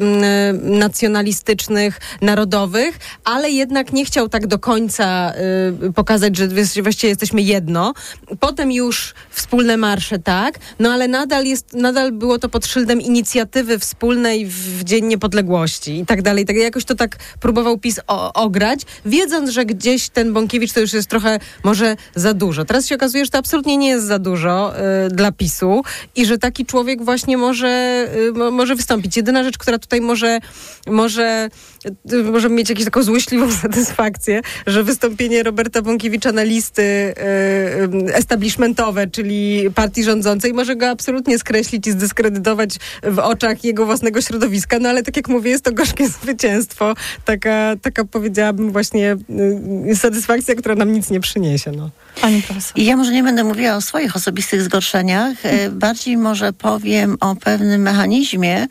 nacjonalistycznych, narodowych, ale jednak nie chciał tak do końca pokazać, że właściwie jesteśmy jedno. Potem już wspólne marsze, tak, ale nadal było to pod szyldem inicjatywy wspólnej w Dzień Niepodległości i tak dalej. Tak jakoś to tak próbował PiS ograć, wiedząc, że gdzieś ten Bąkiewicz to już jest trochę może za dużo. Teraz się okazuje, że to absolutnie nie jest za dużo dla PiS-u i że taki człowiek właśnie może wystąpić. Jedyna rzecz, która tutaj może mieć jakąś taką złośliwą satysfakcję, że wystąpienie Roberta Bąkiewicza na listy establishmentowe, czyli partii rządzącej, może go absolutnie skreślić i zdyskredytować w oczach jego własnego środowiska, ale tak jak mówię, jest to gorzkie zwycięstwo. Taka powiedziałabym właśnie satysfakcja, która nam nic nie przyniesie. Pani profesor. I ja może nie będę mówiła o swoich osobistych zgorszeniach, bardziej może powiem o pewnym mechanizmie,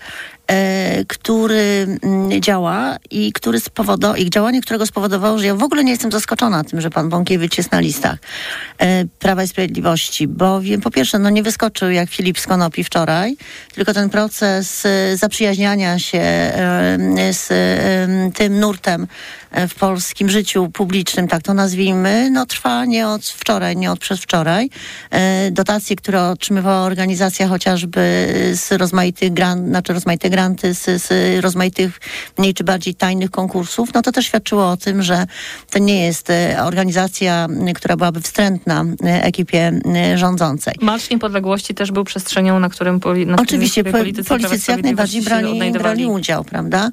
który działa i działanie, którego spowodowało, że ja w ogóle nie jestem zaskoczona tym, że pan Bąkiewicz jest na listach Prawa i Sprawiedliwości, bowiem po pierwsze, nie wyskoczył jak Filip z Konopi wczoraj, tylko ten proces zaprzyjaźniania się z tym nurtem w polskim życiu publicznym, tak to nazwijmy, trwa nie od wczoraj, nie od przedwczoraj. Dotacje, które otrzymywała organizacja chociażby z rozmaitych granty, z rozmaitych mniej czy bardziej tajnych konkursów, to też świadczyło o tym, że to nie jest organizacja, która byłaby wstrętna ekipie rządzącej. Marsz Niepodległości też był przestrzenią, na którym oczywiście politycy jak najbardziej brali udział, prawda?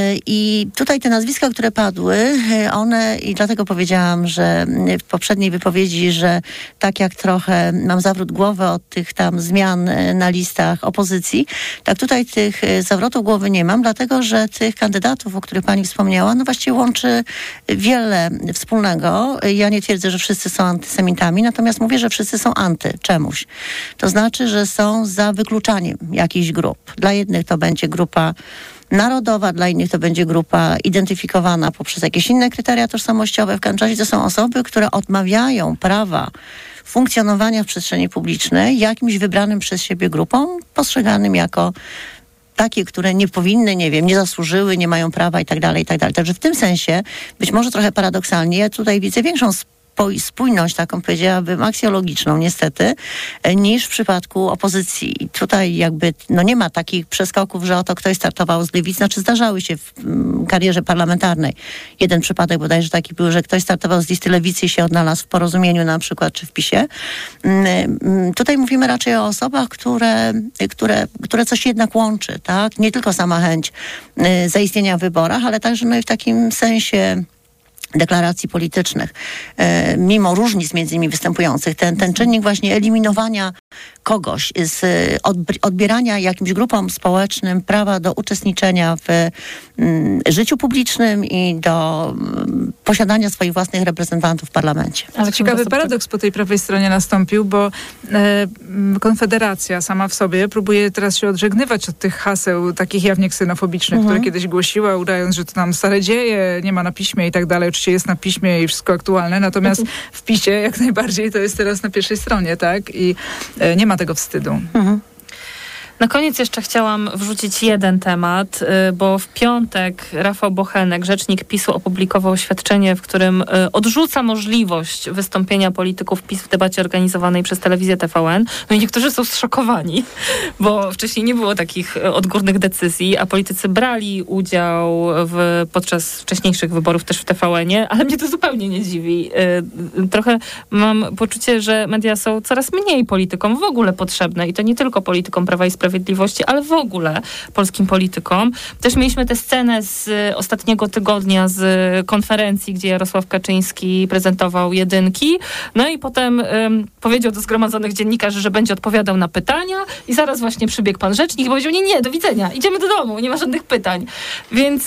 I tutaj te nazwiska, które padły, one, i dlatego powiedziałam, że w poprzedniej wypowiedzi wypowiedzi, że tak jak trochę mam zawrót głowy od tych tam zmian na listach opozycji, tak tutaj tych zawrotów głowy nie mam, dlatego że tych kandydatów, o których pani wspomniała, no właściwie łączy wiele wspólnego. Ja nie twierdzę, że wszyscy są antysemitami, natomiast mówię, że wszyscy są anty czemuś. To znaczy, że są za wykluczaniem jakichś grup. Dla jednych to będzie grupa narodowa, dla innych to będzie grupa identyfikowana poprzez jakieś inne kryteria tożsamościowe. W każdym razie to są osoby, które odmawiają prawa funkcjonowania w przestrzeni publicznej jakimś wybranym przez siebie grupom, postrzeganym jako takie, które nie powinny, nie zasłużyły, nie mają prawa i tak dalej, i tak dalej. Także w tym sensie, być może trochę paradoksalnie, ja tutaj widzę większą spójność, taką powiedziałabym, aksjologiczną niestety, niż w przypadku opozycji. I tutaj jakby nie ma takich przeskoków, że oto ktoś startował z lewicy. Znaczy zdarzały się w karierze parlamentarnej. Jeden przypadek bodajże taki był, że ktoś startował z listy lewicy i się odnalazł w Porozumieniu na przykład, czy w PiS-ie. Tutaj mówimy raczej o osobach, które coś jednak łączy, tak? Nie tylko sama chęć zaistnienia w wyborach, ale także i w takim sensie deklaracji politycznych, mimo różnic między nimi występujących, ten czynnik właśnie eliminowania kogoś, z odbierania jakimś grupom społecznym prawa do uczestniczenia w życiu publicznym i do posiadania swoich własnych reprezentantów w parlamencie. Ale ciekawy paradoks po tej prawej stronie nastąpił, bo Konfederacja sama w sobie próbuje teraz się odżegnywać od tych haseł takich jawnie ksenofobicznych, które kiedyś głosiła, udając, że to nam stare dzieje, nie ma na piśmie i tak dalej. Oczywiście jest na piśmie i wszystko aktualne, natomiast w PiS-ie jak najbardziej to jest teraz na pierwszej stronie, tak? I nie ma tego wstydu. Na koniec jeszcze chciałam wrzucić jeden temat, bo w piątek Rafał Bochenek, rzecznik PiS-u, opublikował oświadczenie, w którym odrzuca możliwość wystąpienia polityków PiS w debacie organizowanej przez telewizję TVN. No i niektórzy są zszokowani, bo wcześniej nie było takich odgórnych decyzji, a politycy brali udział podczas wcześniejszych wyborów też w TVN-ie, ale mnie to zupełnie nie dziwi. Trochę mam poczucie, że media są coraz mniej politykom w ogóle potrzebne i to nie tylko politykom Prawa i Sprawiedliwości, ale w ogóle polskim politykom. Też mieliśmy tę scenę z ostatniego tygodnia z konferencji, gdzie Jarosław Kaczyński prezentował jedynki, no i potem powiedział do zgromadzonych dziennikarzy, że będzie odpowiadał na pytania i zaraz właśnie przybiegł pan rzecznik i powiedział, nie, do widzenia, idziemy do domu, nie ma żadnych pytań. Więc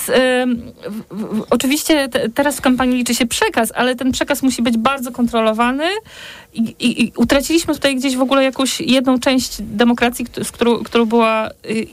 oczywiście teraz w kampanii liczy się przekaz, ale ten przekaz musi być bardzo kontrolowany i utraciliśmy tutaj gdzieś w ogóle jakąś jedną część demokracji, którą była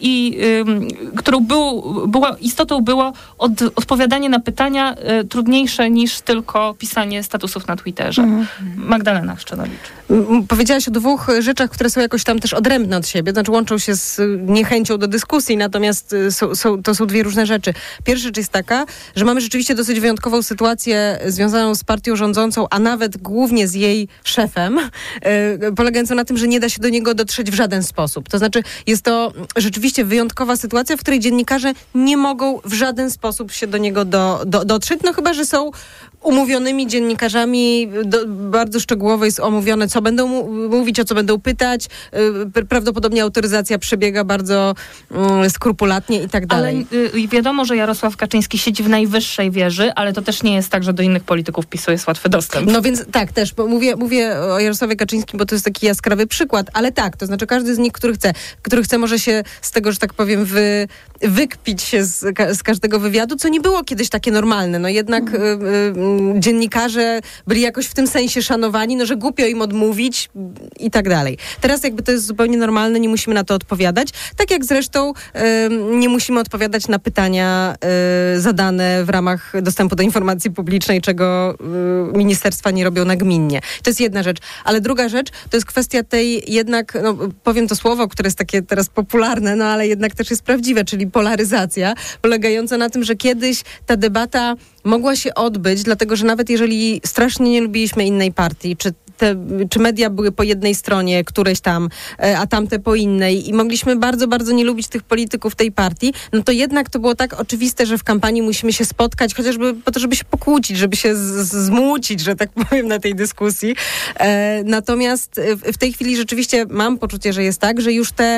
była istotą było odpowiadanie na pytania trudniejsze niż tylko pisanie statusów na Twitterze. Magdalena Chrzczanowicz. Powiedziałaś o dwóch rzeczach, które są jakoś tam też odrębne od siebie, znaczy łączą się z niechęcią do dyskusji, natomiast to są dwie różne rzeczy. Pierwsza rzecz jest taka, że mamy rzeczywiście dosyć wyjątkową sytuację związaną z partią rządzącą, a nawet głównie z jej szefem, polegającą na tym, że nie da się do niego dotrzeć w żaden sposób. To znaczy jest to rzeczywiście wyjątkowa sytuacja, w której dziennikarze nie mogą w żaden sposób się do niego dotrzeć, no chyba że są umówionymi dziennikarzami, bardzo szczegółowo jest omówione, co będą mówić, o co będą pytać. Prawdopodobnie autoryzacja przebiega bardzo skrupulatnie i tak dalej. Ale wiadomo, że Jarosław Kaczyński siedzi w najwyższej wieży, ale to też nie jest tak, że do innych polityków PiS-u jest łatwy dostęp. No więc tak, też, bo mówię o Jarosławie Kaczyńskim, bo to jest taki jaskrawy przykład, ale tak, to znaczy każdy z nich, który chce może się z tego, że tak powiem, wykpić się z każdego wywiadu, co nie było kiedyś takie normalne. No jednak dziennikarze byli jakoś w tym sensie szanowani, no że głupio im odmówić i tak dalej. Teraz jakby to jest zupełnie normalne, nie musimy na to odpowiadać. Tak jak zresztą nie musimy odpowiadać na pytania zadane w ramach dostępu do informacji publicznej, czego ministerstwa nie robią nagminnie. To jest jedna rzecz. Ale druga rzecz to jest kwestia tej jednak, no powiem to słowo, które jest takie teraz popularne, no ale jednak też jest prawdziwe, czyli polaryzacja, polegająca na tym, że kiedyś ta debata mogła się odbyć, dlatego że nawet jeżeli strasznie nie lubiliśmy innej partii, czy media były po jednej stronie, któreś tam, a tamte po innej i mogliśmy bardzo, bardzo nie lubić tych polityków tej partii, no to jednak to było tak oczywiste, że w kampanii musimy się spotkać, chociażby po to, żeby się pokłócić, żeby się zmucić, że tak powiem, na tej dyskusji. Natomiast w tej chwili rzeczywiście mam poczucie, że jest tak, że już te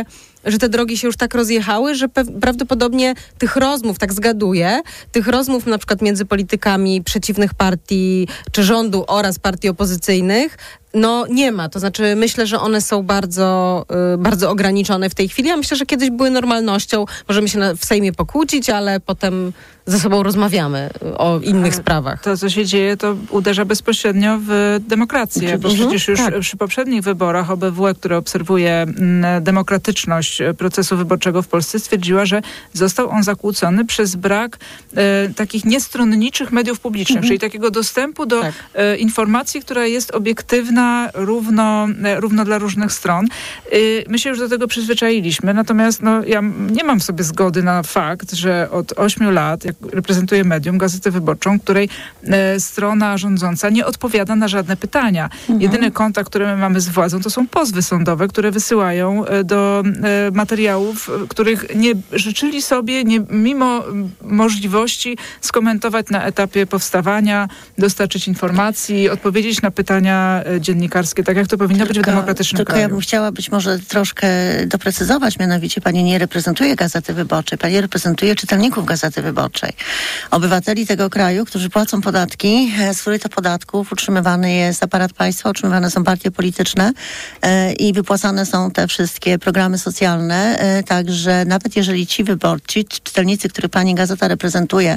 że te drogi się już tak rozjechały, że prawdopodobnie tych rozmów, tak zgaduję, tych rozmów na przykład między politykami przeciwnych partii czy rządu oraz partii opozycyjnych, no nie ma. To znaczy myślę, że one są bardzo, bardzo ograniczone w tej chwili. Ja myślę, że kiedyś były normalnością. Możemy się w Sejmie pokłócić, ale potem ze sobą rozmawiamy o innych sprawach. To, co się dzieje, to uderza bezpośrednio w demokrację, bo przecież już przy poprzednich wyborach OBWE, które obserwuje demokratyczność procesu wyborczego w Polsce, stwierdziła, że został on zakłócony przez brak takich niestronniczych mediów publicznych, czyli takiego dostępu do informacji, która jest obiektywna, równo dla różnych stron. My się już do tego przyzwyczailiśmy, natomiast ja nie mam w sobie zgody na fakt, że od 8 lat, jak reprezentuję medium, Gazetę Wyborczą, której strona rządząca nie odpowiada na żadne pytania. Jedyny kontakt, który my mamy z władzą, to są pozwy sądowe, które wysyłają do materiałów, których nie życzyli sobie, mimo możliwości skomentować na etapie powstawania, dostarczyć informacji, odpowiedzieć na pytania dziennikarskie, tak jak to powinno być w demokratycznym kraju. Ja bym chciała być może troszkę doprecyzować, mianowicie pani nie reprezentuje Gazety Wyborczej, pani reprezentuje czytelników Gazety Wyborczej. Obywateli tego kraju, którzy płacą podatki, z których to podatków utrzymywany jest aparat państwa, utrzymywane są partie polityczne i wypłacane są te wszystkie programy socjalne. Także nawet jeżeli ci wyborcy, czytelnicy, których pani gazeta reprezentuje,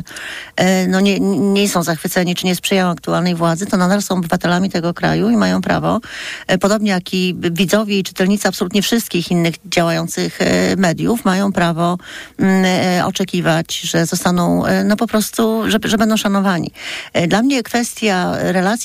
nie są zachwyceni, czy nie sprzyjają aktualnej władzy, to nadal są obywatelami tego kraju i mają prawo, podobnie jak i widzowie i czytelnicy absolutnie wszystkich innych działających mediów, mają prawo oczekiwać, że zostaną, po prostu, że będą szanowani. Dla mnie kwestia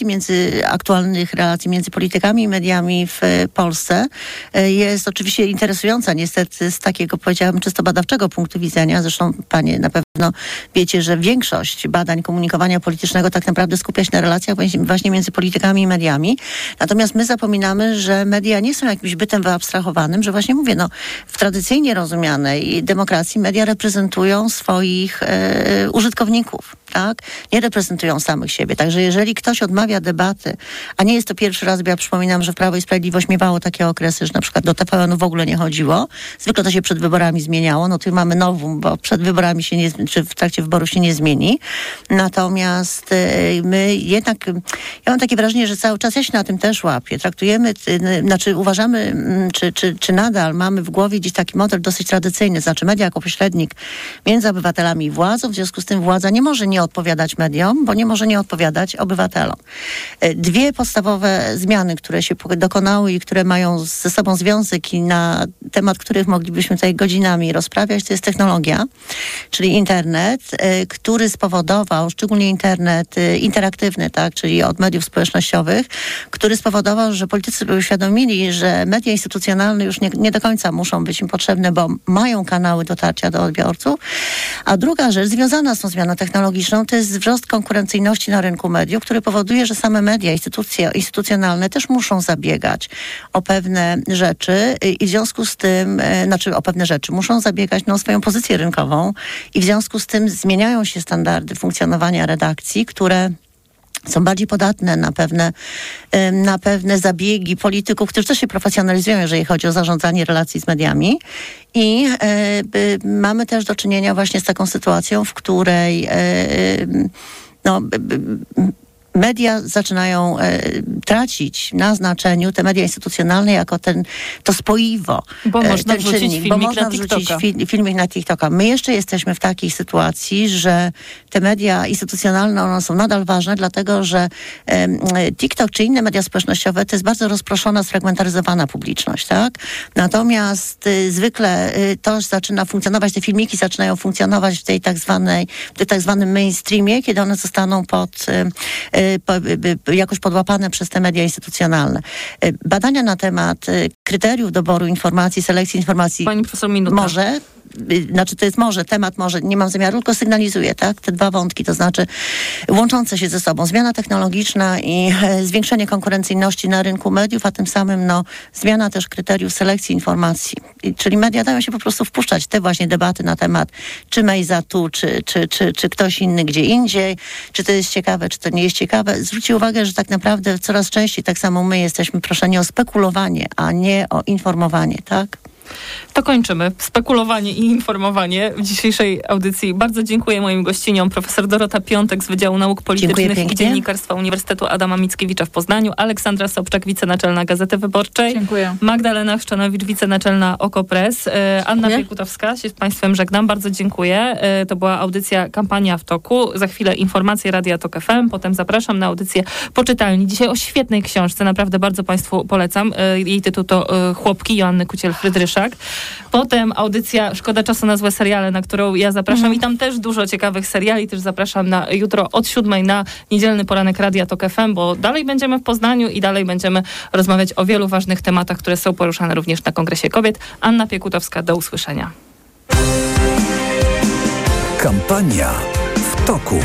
aktualnych relacji między politykami i mediami w Polsce jest oczywiście interesująca, niestety z takiego, powiedziałabym, czysto badawczego punktu widzenia. Zresztą panie na pewno wiecie, że większość badań komunikowania politycznego tak naprawdę skupia się na relacjach właśnie między politykami i mediami. Natomiast my zapominamy, że media nie są jakimś bytem wyabstrahowanym, że właśnie mówię, w tradycyjnie rozumianej demokracji media reprezentują swoich użytkowników, tak? Nie reprezentują samych siebie. Także jeżeli ktoś odmawia debaty, a nie jest to pierwszy raz, bo ja przypominam, że w Prawo i Sprawiedliwość miewało takie okresy, że na przykład do TVN-u w ogóle nie chodziło. Zwykle to się przed wyborami zmieniało. Tu mamy nowum, bo przed wyborami czy w trakcie wyborów się nie zmieni. Natomiast my jednak, ja mam takie wrażenie, że cały czas ja się na tym też łapię. Traktujemy, uważamy, czy nadal mamy w głowie gdzieś taki model dosyć tradycyjny, znaczy media jako pośrednik między obywatelami i władzą, w związku z tym władza nie może nie odpowiadać mediom, bo nie może nie odpowiadać obywatelom. Dwie podstawowe zmiany, które się dokonały i które mają ze sobą związek i na temat których moglibyśmy tutaj godzinami rozprawiać, to jest technologia, czyli internet, który spowodował, szczególnie internet interaktywny, tak, czyli od mediów społecznościowych, który spowodował, że politycy sobie uświadomili, że media instytucjonalne już nie do końca muszą być im potrzebne, bo mają kanały dotarcia do odbiorców. A druga rzecz związana z tą zmianą technologiczną to jest wzrost konkurencyjności na rynku mediów, który powoduje, że same media, instytucjonalne też muszą zabiegać o pewne rzeczy i w związku z tym, o pewne rzeczy, muszą zabiegać o swoją pozycję rynkową i w związku z tym zmieniają się standardy funkcjonowania redakcji, które są bardziej podatne na pewne zabiegi polityków, którzy też się profesjonalizują, jeżeli chodzi o zarządzanie relacji z mediami. I mamy też do czynienia właśnie z taką sytuacją, w której media zaczynają tracić na znaczeniu, te media instytucjonalne jako to spoiwo. Bo można wrzucić filmik na TikToka. My jeszcze jesteśmy w takiej sytuacji, że te media instytucjonalne, one są nadal ważne, dlatego że TikTok czy inne media społecznościowe to jest bardzo rozproszona, sfragmentaryzowana publiczność, tak? Natomiast zwykle to zaczyna funkcjonować, te filmiki zaczynają funkcjonować w tej tak zwanym mainstreamie, kiedy one zostaną jakoś podłapane przez te media instytucjonalne. Badania na temat kryteriów doboru informacji, selekcji informacji. Pani profesor, minuta. Temat może, nie mam zamiaru, tylko sygnalizuję, tak? Te dwa wątki, to znaczy łączące się ze sobą. Zmiana technologiczna i zwiększenie konkurencyjności na rynku mediów, a tym samym zmiana też kryteriów selekcji informacji. Czyli media dają się po prostu wpuszczać te właśnie debaty na temat, czy Mejza tu, czy ktoś inny gdzie indziej, czy to jest ciekawe, czy to nie jest ciekawe. Zwróćcie uwagę, że tak naprawdę coraz częściej tak samo my jesteśmy proszeni o spekulowanie, a nie o informowanie, tak? To kończymy spekulowanie i informowanie w dzisiejszej audycji. Bardzo dziękuję moim gościniom. Profesor Dorota Piątek z Wydziału Nauk Politycznych i Dziennikarstwa Uniwersytetu Adama Mickiewicza w Poznaniu, Aleksandra Sobczak, wicenaczelna Gazety Wyborczej, dziękuję. Magdalena Chrzczanowicz, wicenaczelna OKO.press, Anna Piekutowska, się z Państwem żegnam. Bardzo dziękuję. To była audycja Kampania w toku. Za chwilę informacje Radia Tok FM. Potem zapraszam na audycję Poczytalni. Dzisiaj o świetnej książce. Naprawdę bardzo Państwu polecam. Jej tytuł to Chłopki Joanny Kuciel-Frydryszak. Potem audycja Szkoda czasu na złe seriale, na którą ja zapraszam i tam też dużo ciekawych seriali. Też zapraszam na jutro od 7 na niedzielny poranek Radia Tok FM, bo dalej będziemy w Poznaniu i dalej będziemy rozmawiać o wielu ważnych tematach, które są poruszane również na Kongresie Kobiet. Anna Piekutowska, do usłyszenia. Kampania w toku.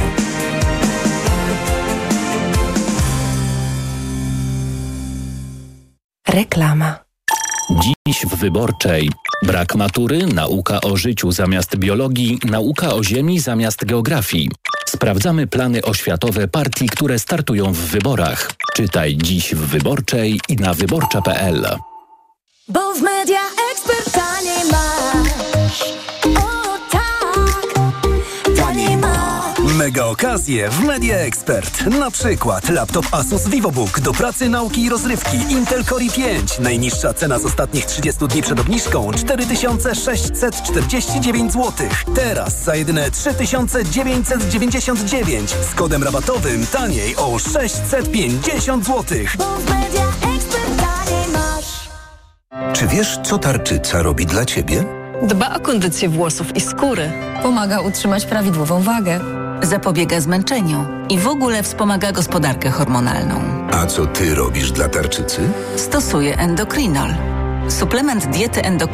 Reklama. Dziś w Wyborczej. Brak matury, nauka o życiu zamiast biologii, nauka o ziemi zamiast geografii. Sprawdzamy plany oświatowe partii, które startują w wyborach. Czytaj dziś w Wyborczej i na wyborcza.pl. Bo w Media Expert taniej masz. O tak, taniej masz. Mega okazje w Media Expert. Na przykład laptop Asus VivoBook do pracy, nauki i rozrywki. Intel Core i5. Najniższa cena z ostatnich 30 dni przed obniżką 4649 zł. Teraz za jedyne 3999 z kodem rabatowym taniej o 650 zł. Bo w Media Expert taniej masz. Czy wiesz, co tarczyca robi dla ciebie? Dba o kondycję włosów i skóry. Pomaga utrzymać prawidłową wagę. Zapobiega zmęczeniu i w ogóle wspomaga gospodarkę hormonalną. A co ty robisz dla tarczycy? Stosuję Endokrinol. Suplement diety endokrynologicznej